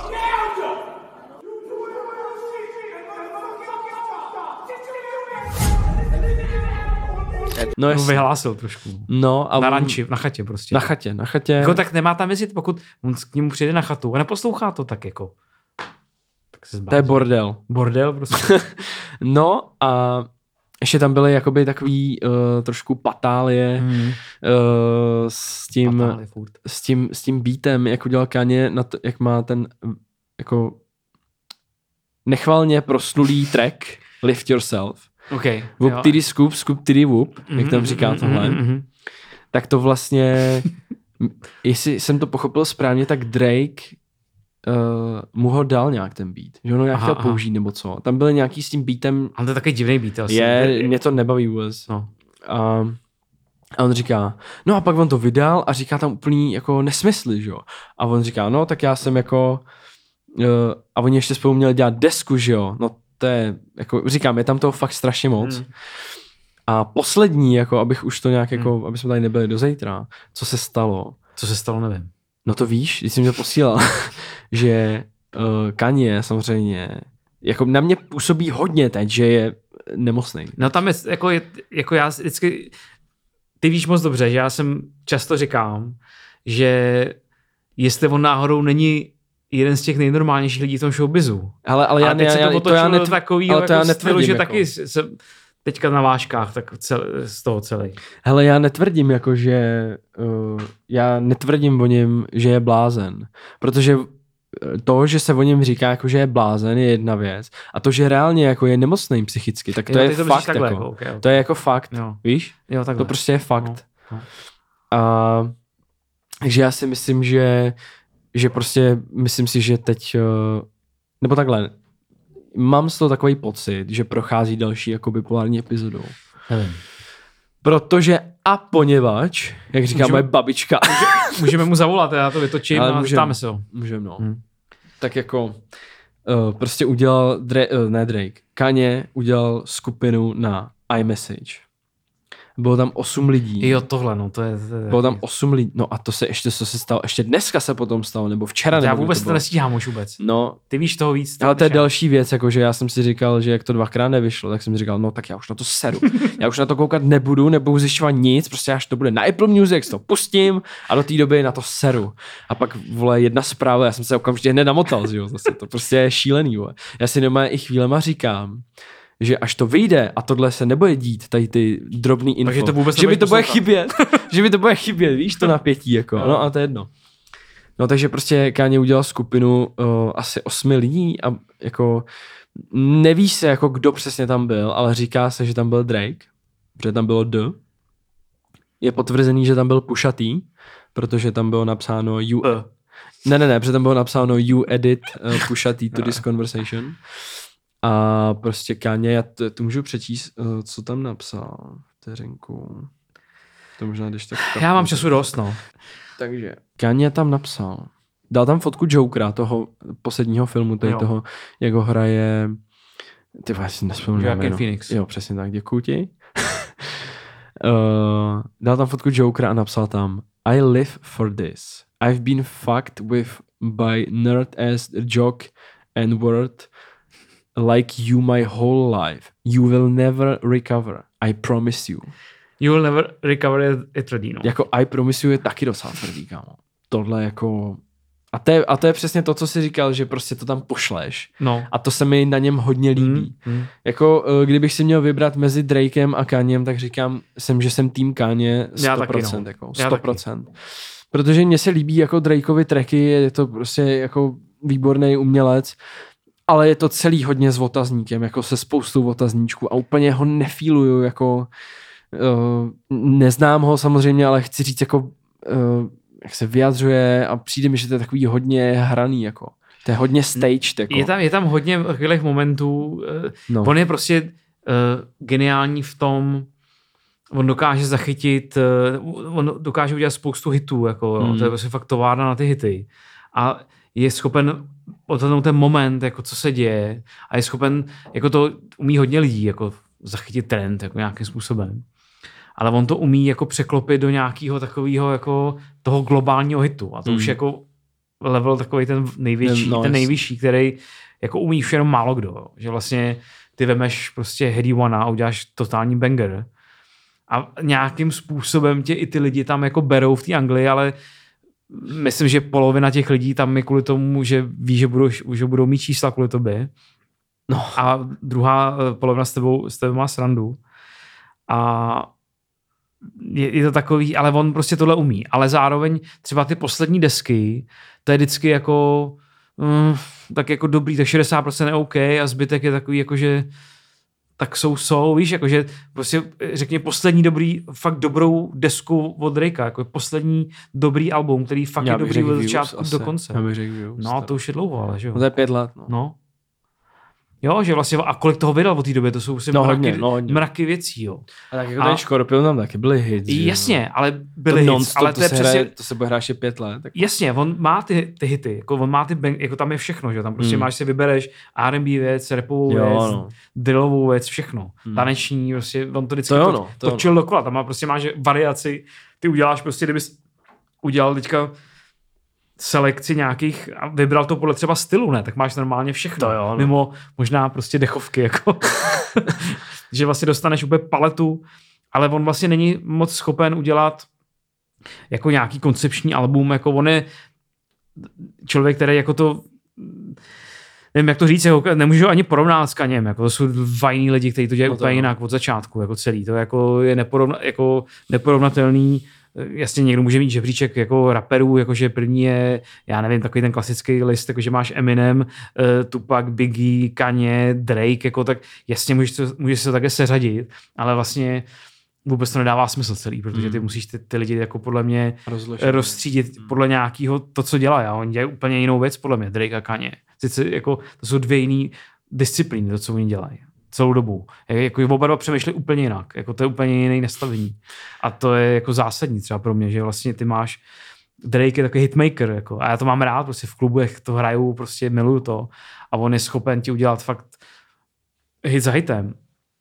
[SPEAKER 2] No vyhlásil trošku.
[SPEAKER 1] No, a
[SPEAKER 2] na ranči, na chatě prostě.
[SPEAKER 1] Na chatě.
[SPEAKER 2] Jako tak nemá tam jezdit, pokud on k němu přijde na chatu a neposlouchá to tak jako. Tak se zbází.
[SPEAKER 1] To je bordel.
[SPEAKER 2] Bordel prostě.
[SPEAKER 1] No a ještě tam byly jakoby takový trošku patálie s tím beatem, jak udělal Kanye, jak má ten jako nechvalně proslulý track Lift Yourself.
[SPEAKER 2] Okay,
[SPEAKER 1] Whoop tiddy scoop, scoop tiddy whoop, jak tam říká tohle. Tak to vlastně, jestli jsem to pochopil správně, tak Drake mu ho dal nějak ten beat. Že on ho nějak chtěl použít nebo co. Tam byl nějaký s tím beatem.
[SPEAKER 2] Ale to je takový divný beat asi.
[SPEAKER 1] Mě to nebaví vůbec.
[SPEAKER 2] No.
[SPEAKER 1] A on říká, no a pak on to vydal a říká tam úplný jako nesmysly, že jo. A on říká, no tak já jsem jako a oni ještě spolu měli dělat desku, že jo. No to je, jako říkám, je tam toho fakt strašně moc. A poslední, jako abych už to nějak jako, aby jsme tady nebyli do zítra, co se stalo?
[SPEAKER 2] Co se stalo, nevím.
[SPEAKER 1] No to víš, když jsi mi to posílal, že Kanye samozřejmě, jako na mě působí hodně teď, že je nemocný.
[SPEAKER 2] No tam je, jako já vždycky, ty víš moc dobře, že já jsem často říkám, že jestli on náhodou není jeden z těch nejnormálnějších lidí v tom showbizu.
[SPEAKER 1] Ale já netvrdím,
[SPEAKER 2] takový, ale to já netvrdím, že
[SPEAKER 1] jako.
[SPEAKER 2] taky teďka na vážkách, tak z toho celý.
[SPEAKER 1] Hele, já netvrdím já netvrdím o něm, že je blázen, protože to, že se o něm říká, jako, že je blázen, je jedna věc. A to, že reálně jako je nemocný psychicky, tak to je fakt. Takhle, jako. Okay. To je jako fakt,
[SPEAKER 2] jo.
[SPEAKER 1] Víš?
[SPEAKER 2] Jo,
[SPEAKER 1] to prostě je fakt.
[SPEAKER 2] No.
[SPEAKER 1] Takže já si myslím, že prostě, myslím si, že teď, nebo takhle, mám z toho takový pocit, že prochází další jako bipolární epizodou.
[SPEAKER 2] Nevím.
[SPEAKER 1] Protože a poněvadž, jak říká moje babička.
[SPEAKER 2] Můžeme mu zavolat, já to vytočím a zeptáme se ho.
[SPEAKER 1] Můžeme, no. Tak jako prostě udělal, Kanye udělal skupinu na iMessage. Bylo tam 8 lidí.
[SPEAKER 2] Jo, tohle, no, to je
[SPEAKER 1] bylo tam 8 lidí, no a to se stalo, ještě dneska se potom stalo, nebo včera.
[SPEAKER 2] Já vůbec to nestíhám už vůbec.
[SPEAKER 1] No.
[SPEAKER 2] Ty víš toho víc.
[SPEAKER 1] Ale to je další věc, jakože já jsem si říkal, že jak to 2krát nevyšlo, tak jsem si říkal, no tak já už na to seru. Já už na to koukat nebudu zjišťovat nic, prostě až to bude na Apple Music, to pustím a do té doby na to seru. A pak, vole, jedna zpráva, já jsem se okamžitě hned namotal, jo, zase to prostě je šílený, vole. Já si doma i chvílema říkám, že až to vyjde a tohle se nebude dít, tady ty drobný info,
[SPEAKER 2] takže to vůbec
[SPEAKER 1] že mi to bude chybět, víš, to napětí, jako, no a to je jedno. No takže prostě Kanye udělal skupinu asi 8 lidí a jako neví se, jako kdo přesně tam byl, ale říká se, že tam byl Drake, protože tam bylo D. Je potvrzený, že tam byl Pusha T, protože tam bylo napsáno Ne, protože tam bylo napsáno you edit Pusha T to this conversation. A prostě Kanye, já to můžu přečíst, co tam napsal. Vteřinku. To možná když tak...
[SPEAKER 2] Já mám času dost, no.
[SPEAKER 1] Takže Kanye tam napsal. Dal tam fotku Jokera, toho posledního filmu, toho, jak ho hraje... Ty si nespomínám.
[SPEAKER 2] Joaquin Phoenix.
[SPEAKER 1] Jo, přesně tak, děkuju ti. Dal tam fotku Jokera a napsal tam I live for this. I've been fucked with by nerd as joke and word like you my whole life. You will never recover. I promise you.
[SPEAKER 2] You will never recover je tvrdý, no.
[SPEAKER 1] Jako I promise you je taky docela tvrdý, kámo. Tohle jako... A to je přesně to, co jsi říkal, že prostě to tam pošleš.
[SPEAKER 2] No.
[SPEAKER 1] A to se mi na něm hodně líbí. Jako kdybych si měl vybrat mezi Drakem a Kanyem, tak říkám, že jsem tým Kanye 100%. No. Jako 100%. Protože mně se líbí jako Drakeovi tracky, je to prostě jako výborný umělec, ale je to celý hodně s otazníkem, jako se spoustou otazníčků a úplně ho nefíluju, jako neznám ho samozřejmě, ale chci říct jako jak se vyjadřuje a přijde mi, že to je takový hodně hraný, jako. To je hodně staged, jako.
[SPEAKER 2] Je tam hodně chvílech momentů, on je prostě geniální v tom, on dokáže zachytit, on dokáže udělat spoustu hitů, jako, to je prostě fakt továrna na ty hity. A je schopen odhadnout ten moment, jako co se děje a je schopen, jako to umí hodně lidí, jako zachytit trend, jako nějakým způsobem. Ale on to umí jako překlopit do nějakého takového jako toho globálního hitu. A to už jako level takový ten nejvyšší, který jako umí už jenom málo kdo. Že vlastně ty vemeš prostě Heady One a uděláš totální banger. A nějakým způsobem tě i ty lidi tam jako berou v té Anglii, ale myslím, že polovina těch lidí tam je kvůli tomu, že ví, že budou mít čísla kvůli tobě. No. A druhá polovina s tebou má srandu. A je to takový, ale on prostě tohle umí. Ale zároveň třeba ty poslední desky, to je vždycky jako tak jako dobrý, tak 60% je OK a zbytek je takový jako, že tak jsou, víš, jakože prostě řekně poslední fakt dobrou desku od Drakea, jako poslední dobrý album, který fakt je dobrý od začátku do konce. No, to už je dlouho, ale že jo.
[SPEAKER 1] To je 5 let.
[SPEAKER 2] No. Jo, že vlastně, a kolik toho vydal od té doby, to jsou si mraky věcí, jo.
[SPEAKER 1] A tak jako ten Škorpion tam taky byly hits.
[SPEAKER 2] Jasně, ale byly hits, ale to je přesně...
[SPEAKER 1] To se bude hrát ještě 5 let. Tak...
[SPEAKER 2] Jasně, on má ty hity, jako on má jako tam je všechno, že tam prostě máš si vybereš R&B věc, rapovou věc, drillovou věc, všechno. Taneční, prostě on to vždycky točil dokola, tam prostě máš variaci, ty uděláš prostě, kdybys udělal teďka selekci nějakých a vybral to podle třeba stylu, ne? Tak máš normálně všechno. Mimo možná prostě dechovky, jako. Že vlastně dostaneš úplně paletu, ale on vlastně není moc schopen udělat jako nějaký koncepční album, jako on je člověk, který jako to nevím, jak to říct, jako, nemůžu ani porovnat s Kaněm, jako to jsou dva jiný lidi, kteří to dělají úplně jinak od začátku, jako celý, to jako je neporovnatelný. Jasně někdo může mít žebříček jako raperů, jakože první je, já nevím, takový ten klasický list, jakože máš Eminem, Tupac, Biggie, Kanye, Drake, jako tak jasně můžeš se to také seřadit, ale vlastně vůbec to nedává smysl celý, protože ty musíš ty lidi jako podle mě rozstřídit podle nějakého to, co dělají. A oni dělají úplně jinou věc, podle mě, Drake a Kanye. Sice jako, to jsou dvě jiné disciplíny, to, co oni dělají celou dobu. Jako oba dva přemýšlí úplně jinak. Jako to je úplně jiný nastavení. A to je jako zásadní třeba pro mě, že vlastně ty máš Drake je takový hitmaker, jako, a já to mám rád, prostě v klubech to hraju, prostě miluju to. A on je schopen ti udělat fakt hit za hitem.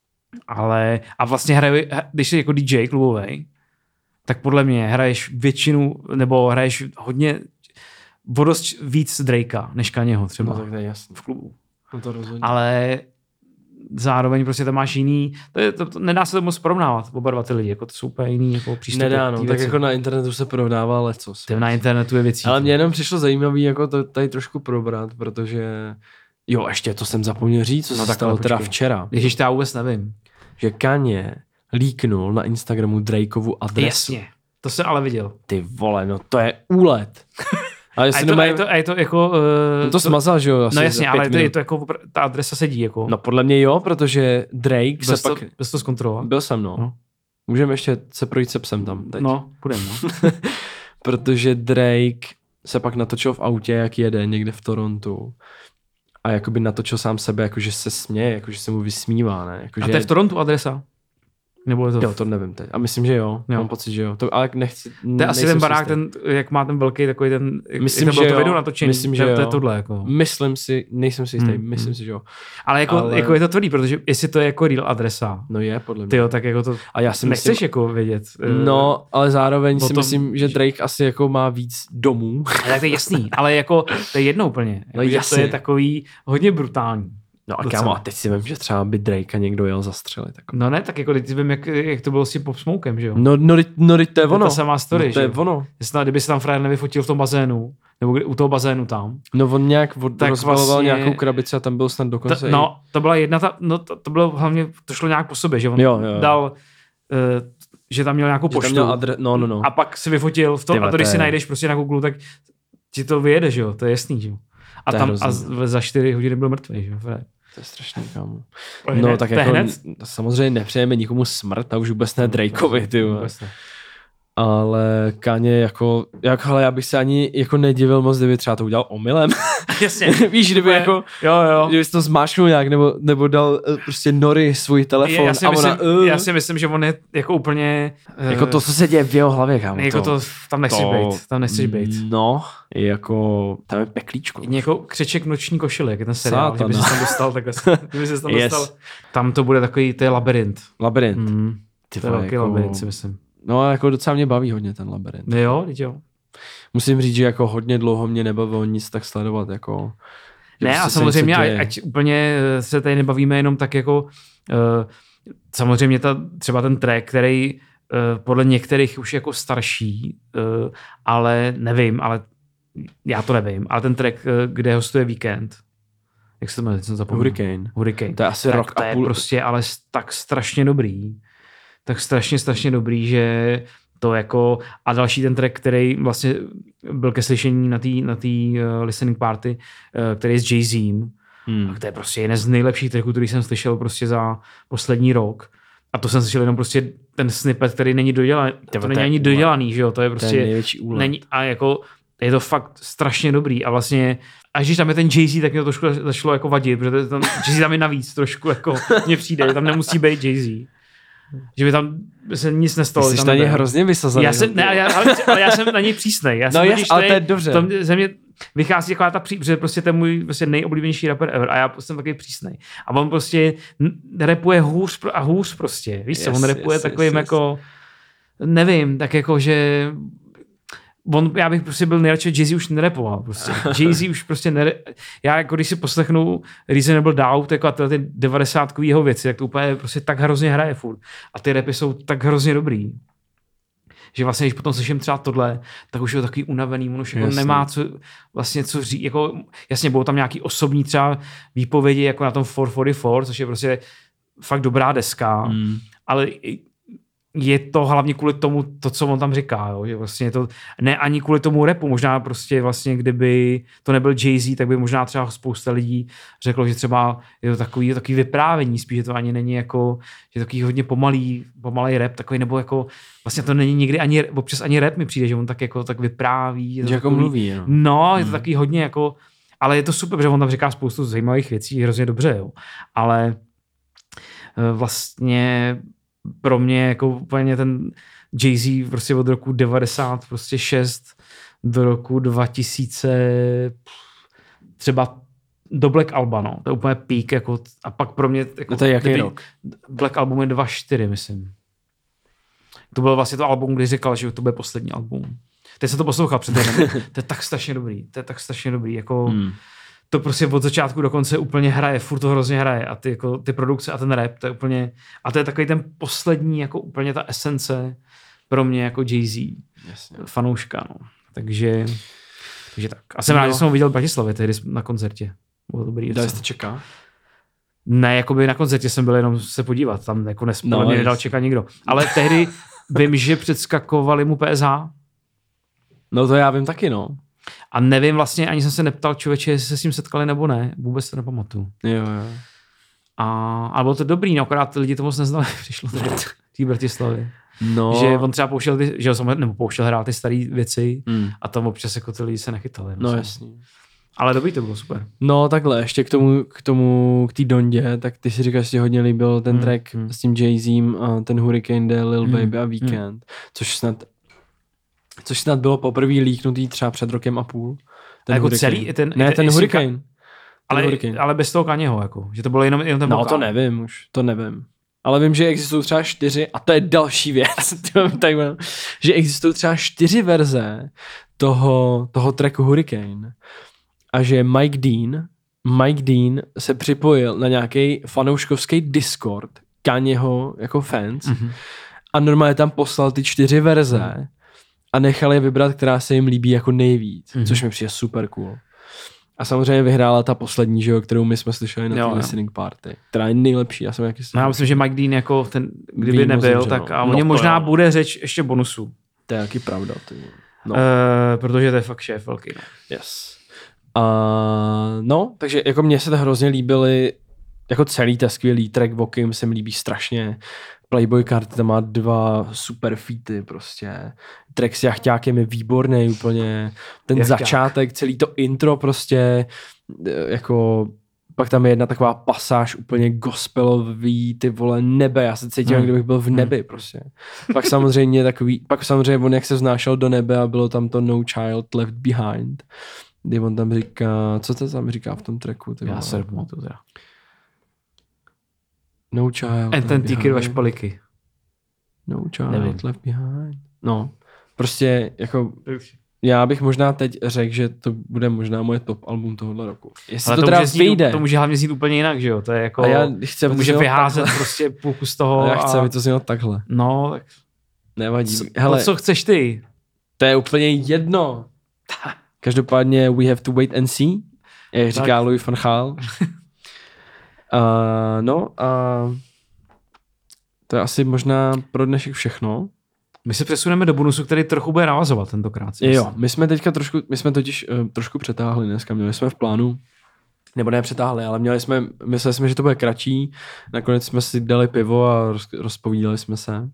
[SPEAKER 2] Ale, a vlastně když jsi jako DJ klubovej, tak podle mě hraješ většinu, nebo hraješ hodně, dost víc Drakea, než Kanyeho třeba.
[SPEAKER 1] No tak to je jasný.
[SPEAKER 2] V klubu.
[SPEAKER 1] No to rozhodně.
[SPEAKER 2] Ale zároveň prostě tam máš jiný, to nedá se to moc porovnávat, oba dva ty lidi, jako to jsou úplně jiný jako přístupy.
[SPEAKER 1] Nedá, no, tak jako na internetu se porovnává lecos.
[SPEAKER 2] Na internetu je věcí.
[SPEAKER 1] Ale mně jenom přišlo zajímavý jako to tady trošku probrat, protože jo, ještě to jsem zapomněl říct, co se stalo teda včera.
[SPEAKER 2] Ježiš, to já vůbec nevím.
[SPEAKER 1] Že Kanye líknul na Instagramu Drakeovu adresu.
[SPEAKER 2] Jasně, to jsem ale viděl.
[SPEAKER 1] Ty vole, no to je úlet. Ale
[SPEAKER 2] je to jako...
[SPEAKER 1] to smazal, že jo?
[SPEAKER 2] No jasně, ale je to jako, ta adresa sedí jako.
[SPEAKER 1] No podle mě jo, protože Drake se pak...
[SPEAKER 2] Bez to zkontrolovat.
[SPEAKER 1] Byl jsem, no. Můžeme ještě se projít se psem tam teď.
[SPEAKER 2] No, půjdeme, no.
[SPEAKER 1] Protože Drake se pak natočil v autě, jak jede někde v Torontu. A jakoby natočil sám sebe, jakože se směje, jakože se mu vysmívá, ne? Jakože...
[SPEAKER 2] A to je v Torontu adresa? Nebo je to...
[SPEAKER 1] Jo, to nevím teď. A myslím, že jo. Mám pocit, že jo. To, ale nechci...
[SPEAKER 2] To je asi ten barák, ten, jak má ten velký takový ten...
[SPEAKER 1] Myslím,
[SPEAKER 2] jak
[SPEAKER 1] že
[SPEAKER 2] to video natočený.
[SPEAKER 1] Myslím, že
[SPEAKER 2] to je tohle, jako.
[SPEAKER 1] Myslím si, nejsem si jistý, myslím si, že jo.
[SPEAKER 2] Ale jako je to tvrdý, protože jestli to je jako real adresa.
[SPEAKER 1] No je, podle mě.
[SPEAKER 2] Tyjo, tak jako to
[SPEAKER 1] a já si
[SPEAKER 2] nechceš myslím, jako vědět.
[SPEAKER 1] No, ale zároveň si myslím, že Drake asi jako má víc domů.
[SPEAKER 2] Tak to je jasný, ale jako to je jedno úplně.
[SPEAKER 1] No
[SPEAKER 2] jako, to je takový hodně brutální.
[SPEAKER 1] No a kámo, a teď si vím, že třeba by Drake někdo jel zastřelit. Jako.
[SPEAKER 2] No ne, tak jako teď si vím, jak to bylo s tím Pop Smokem, že jo?
[SPEAKER 1] No, to je ono.
[SPEAKER 2] To je samá story,
[SPEAKER 1] no, to je ono.
[SPEAKER 2] Kdyby se tam frajer nevyfotil v tom bazénu, nebo u toho bazénu tam.
[SPEAKER 1] No on nějak rozvaloval vlastně, nějakou krabici a tam byl snad dokonce.
[SPEAKER 2] To byla jedna, to bylo hlavně, to šlo nějak po sobě, že on dal, že tam měl nějakou poštu.
[SPEAKER 1] No.
[SPEAKER 2] A pak si vyfotil v tom, a to když si najdeš prostě na Google, tak ti to vyjede, že jo, to je jasný, že jo. A tam za 4 hodiny byl mrtvý, že jo, frajer.
[SPEAKER 1] To je strašný, kámo. No tak jako samozřejmě nepřejeme nikomu smrt a už vůbec ne Drakeovi, ty ale Kanye jako hele, já bych se ani jako nedivil moc, kdyby třeba to udělal omylem.
[SPEAKER 2] Jasně.
[SPEAKER 1] Víš, kdyby jako,
[SPEAKER 2] jo.
[SPEAKER 1] kdyby to zmáčknul nějak, nebo dal prostě Nori svůj telefon
[SPEAKER 2] já si myslím, že on je jako úplně...
[SPEAKER 1] jako to, co se děje v jeho hlavě, kámo.
[SPEAKER 2] Jako to tam nechceš být.
[SPEAKER 1] No, jako, tam je peklíčko.
[SPEAKER 2] Jako křeček noční košile, jak je ten seriál, že by se tam dostal takhle. Kdyby se tam dostal. Tam to bude takový, to je labirint.
[SPEAKER 1] Labirint.
[SPEAKER 2] To je velký labirint, si myslím.
[SPEAKER 1] No, jako docela mě baví hodně ten labirint.
[SPEAKER 2] Jo.
[SPEAKER 1] Musím říct, že jako hodně dlouho mě nebavilo nic tak sledovat, jako...
[SPEAKER 2] Ne, a samozřejmě, ať úplně se tady nebavíme jenom tak jako... samozřejmě třeba ten track, který podle některých už jako starší, ale nevím, ale já to nevím, ale ten track, kde hostuje Weekend, jak se to jmenuje, jsem zapomněl. Hurricane.
[SPEAKER 1] To je asi rok
[SPEAKER 2] a půl. To je prostě ale tak strašně dobrý. Tak strašně dobrý, že to jako... A další ten track, který vlastně byl ke slyšení na té listening party, který je s Jay-Z. A to je prostě jeden z nejlepších tracků, který jsem slyšel prostě za poslední rok. A to jsem slyšel jenom prostě ten snippet, který není dodělaný. To není ani dodělaný, že jo? To je prostě...
[SPEAKER 1] To je největší úlet.
[SPEAKER 2] A jako... Je to fakt strašně dobrý a vlastně, až když tam je ten Jay-Z, tak mě to trošku začalo jako vadit, protože tam, Jay-Z tam je navíc trošku, jako mně přijde, že tam nemusí být Jay-Z. Že by tam se nic nestalo.
[SPEAKER 1] Jsi na ně hrozně vysazený.
[SPEAKER 2] Ale já jsem na něj přísnej.
[SPEAKER 1] Ale to je dobře.
[SPEAKER 2] Ze mě vychází taková ta protože prostě to je můj prostě nejoblíbenější rapper ever a já jsem takový přísnej. A on prostě rapuje hůř a hůř prostě. Víš co, on rapuje takovým jako, nevím, tak jako, že já bych prostě byl nejradši, Jay-Z už nerepoval prostě. Jay-Z už prostě já jako když si poslechnu Reasonable Doubt jako a ty 90kový jeho věci, tak to úplně prostě tak hrozně hraje furt. A ty rapy jsou tak hrozně dobrý. že vlastně, když potom slyším třeba tohle, tak už je to takový unavený, on už jako nemá co říct, jako jasně, budou tam nějaký osobní třeba výpovědi, jako na tom 444, což je prostě fakt dobrá deska, ale je to hlavně kvůli tomu, to, co on tam říká, jo? Že vlastně je to, ne ani kvůli tomu rapu, možná prostě vlastně, kdyby to nebyl Jay-Z, tak by možná třeba spousta lidí řeklo, že třeba je to takový vyprávění, spíš, že to ani není jako, že je takový hodně pomalý rap, takový, nebo jako, vlastně to není nikdy ani, občas ani rap mi přijde, že on tak jako tak vypráví.
[SPEAKER 1] Že jako mluví, no.
[SPEAKER 2] No, je to takový hodně jako, ale je to super, že on tam říká spoustu zajímavých věcí, hrozně dobře, jo. Ale vlastně pro mě jako úplně ten Jay-Z prostě od roku 96 do roku 2000 třeba do Black Alba, no. To je úplně peak, jako, a pak pro mě jako,
[SPEAKER 1] to je jaký rok?
[SPEAKER 2] Black Album je 2.4, myslím. To bylo vlastně to album, kdy říkal, že to bude poslední album. Teď jsem to poslouchal před týdnem. To je tak strašně dobrý, jako to prostě od začátku do konce úplně hraje, furt to hrozně hraje a ty produkce a ten rap, to je úplně, a to je takový ten poslední, jako úplně ta esence pro mě jako Jay-Z, fanouška, no. Takže tak. A jsem rád, že jsem ho viděl v Bratislavě tehdy na koncertě. Bylo dobrý.
[SPEAKER 1] Dali jste čeká?
[SPEAKER 2] Ne, jakoby na koncertě jsem byl jenom se podívat, tam jako mě nedal čekat nikdo. Ale tehdy vím, že předskakovali mu PSH.
[SPEAKER 1] No to já vím taky, no.
[SPEAKER 2] A nevím vlastně, ani jsem se neptal člověče, jestli se s tím setkali nebo ne, vůbec to nepamatuju.
[SPEAKER 1] Jo.
[SPEAKER 2] A bylo to dobrý, no, akorát lidi to moc neznali, přišlo to v té Bratislavě.
[SPEAKER 1] No.
[SPEAKER 2] Že on třeba pouštěl hrát ty staré věci a tam občas jako ty lidi se nechytali.
[SPEAKER 1] No jasně.
[SPEAKER 2] Ale dobrý to bylo, super.
[SPEAKER 1] No takhle, ještě k té Dondě, tak ty si říkáš, že ti hodně líbil ten track s tím Jay-Zím a ten Hurricane Day, Lil Baby a Weekend, což snad bylo poprvé líknutý třeba před rokem a půl.
[SPEAKER 2] Ten jako Hurricane. Celý?
[SPEAKER 1] Ten Hurricane.
[SPEAKER 2] Ale bez toho Kanyeho, jako, že to bylo jenom ten vokál.
[SPEAKER 1] No to nevím. Ale vím, že existují třeba 4, a to je další věc, že existují třeba 4 verze toho tracku Hurricane. A že Mike Dean se připojil na nějaký fanouškovský Discord Kanyeho jako fans a normálně tam poslal ty 4 verze a nechal je vybrat, která se jim líbí jako nejvíc, což mi přijde super cool. A samozřejmě vyhrála ta poslední, že jo, kterou my jsme slyšeli na té listening party, která je nejlepší. Já
[SPEAKER 2] myslím, že Mike Dean jako ten, kdyby nebyl, tak a on možná bude řeč ještě bonusu.
[SPEAKER 1] To je taky pravda.
[SPEAKER 2] No. Protože to je fakt šéf velký. No.
[SPEAKER 1] Yes. No, takže jako mně se to hrozně líbily, jako celý ten skvělý track Vokim se mi líbí strašně. Playboy Carti tam má 2 super featy prostě. Track s Jachťákem je výborný úplně. Ten začátek, celý to intro prostě, jako pak tam je jedna taková pasáž úplně gospelový, ty vole, nebe. Já se cítím, jak kdybych byl v nebi prostě. Pak samozřejmě on jak se vznášel do nebe a bylo tam to No Child Left Behind. Kdy on tam říká, co to tam říká v tom tracku?
[SPEAKER 2] Já se nepamatuju teda.
[SPEAKER 1] No Child.
[SPEAKER 2] A ten týky 2 špaliky.
[SPEAKER 1] No Child Left Behind. No, prostě jako já bych možná teď řekl, že to bude možná moje top album tohohle roku. Jestli
[SPEAKER 2] ale
[SPEAKER 1] to teda vyjde.
[SPEAKER 2] To může hlavně znít úplně jinak, že jo? To je jako,
[SPEAKER 1] a já chci,
[SPEAKER 2] to může vyházet takhle. Prostě půlku z toho.
[SPEAKER 1] A já chci, aby to znělo takhle.
[SPEAKER 2] No, tak
[SPEAKER 1] nevadí.
[SPEAKER 2] Hele, co chceš ty?
[SPEAKER 1] To je úplně jedno. Každopádně we have to wait and see, jak říká Louis van Gaal. To je asi možná pro dnešek všechno.
[SPEAKER 2] My se přesuneme do bonusu, který trochu bude navazovat tentokrát.
[SPEAKER 1] Jo, my jsme totiž trošku přetáhli dneska, měli jsme v plánu, nebo ne přetáhli, ale mysleli jsme, že to bude kratší, nakonec jsme si dali pivo a rozpovídali jsme se.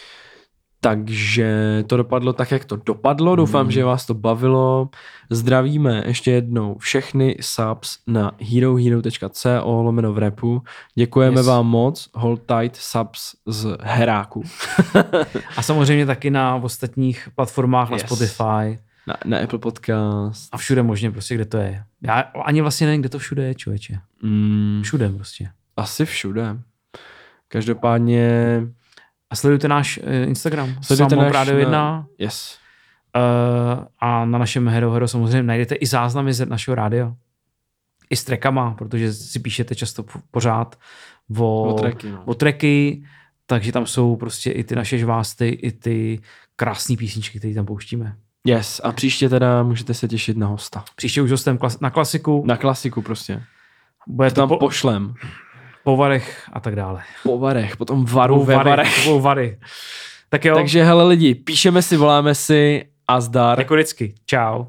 [SPEAKER 1] Takže to dopadlo tak, jak to dopadlo. Doufám, že vás to bavilo. Zdravíme ještě jednou všechny subs na herohero.co/v-rapu. Děkujeme vám moc. Hold tight subs z heráku.
[SPEAKER 2] A samozřejmě taky na ostatních platformách, na Spotify.
[SPEAKER 1] Na Apple Podcast.
[SPEAKER 2] A všude možně prostě, kde to je. Já ani vlastně nevím, kde to všude je, člověče. Všude prostě.
[SPEAKER 1] Asi všude. Každopádně...
[SPEAKER 2] A sledujte náš Instagram. Sledujte náš Radio 1.
[SPEAKER 1] Yes.
[SPEAKER 2] A na našem Hero samozřejmě najdete i záznamy z našeho rádia. I s trackama, protože si píšete často pořád o tracky. Takže tam jsou prostě i ty naše žvásty, i ty krásné písničky, které tam pouštíme.
[SPEAKER 1] Yes, a příště teda můžete se těšit na hosta.
[SPEAKER 2] Příště už hostem na klasiku.
[SPEAKER 1] Na klasiku prostě.
[SPEAKER 2] Bude to
[SPEAKER 1] Tam pošlem.
[SPEAKER 2] Po varech a tak dále.
[SPEAKER 1] Po varech, potom varu ve varech.
[SPEAKER 2] Po vary. Tak jo.
[SPEAKER 1] Takže hele lidi, píšeme si, voláme si a zdar.
[SPEAKER 2] Jako vždycky. Čau.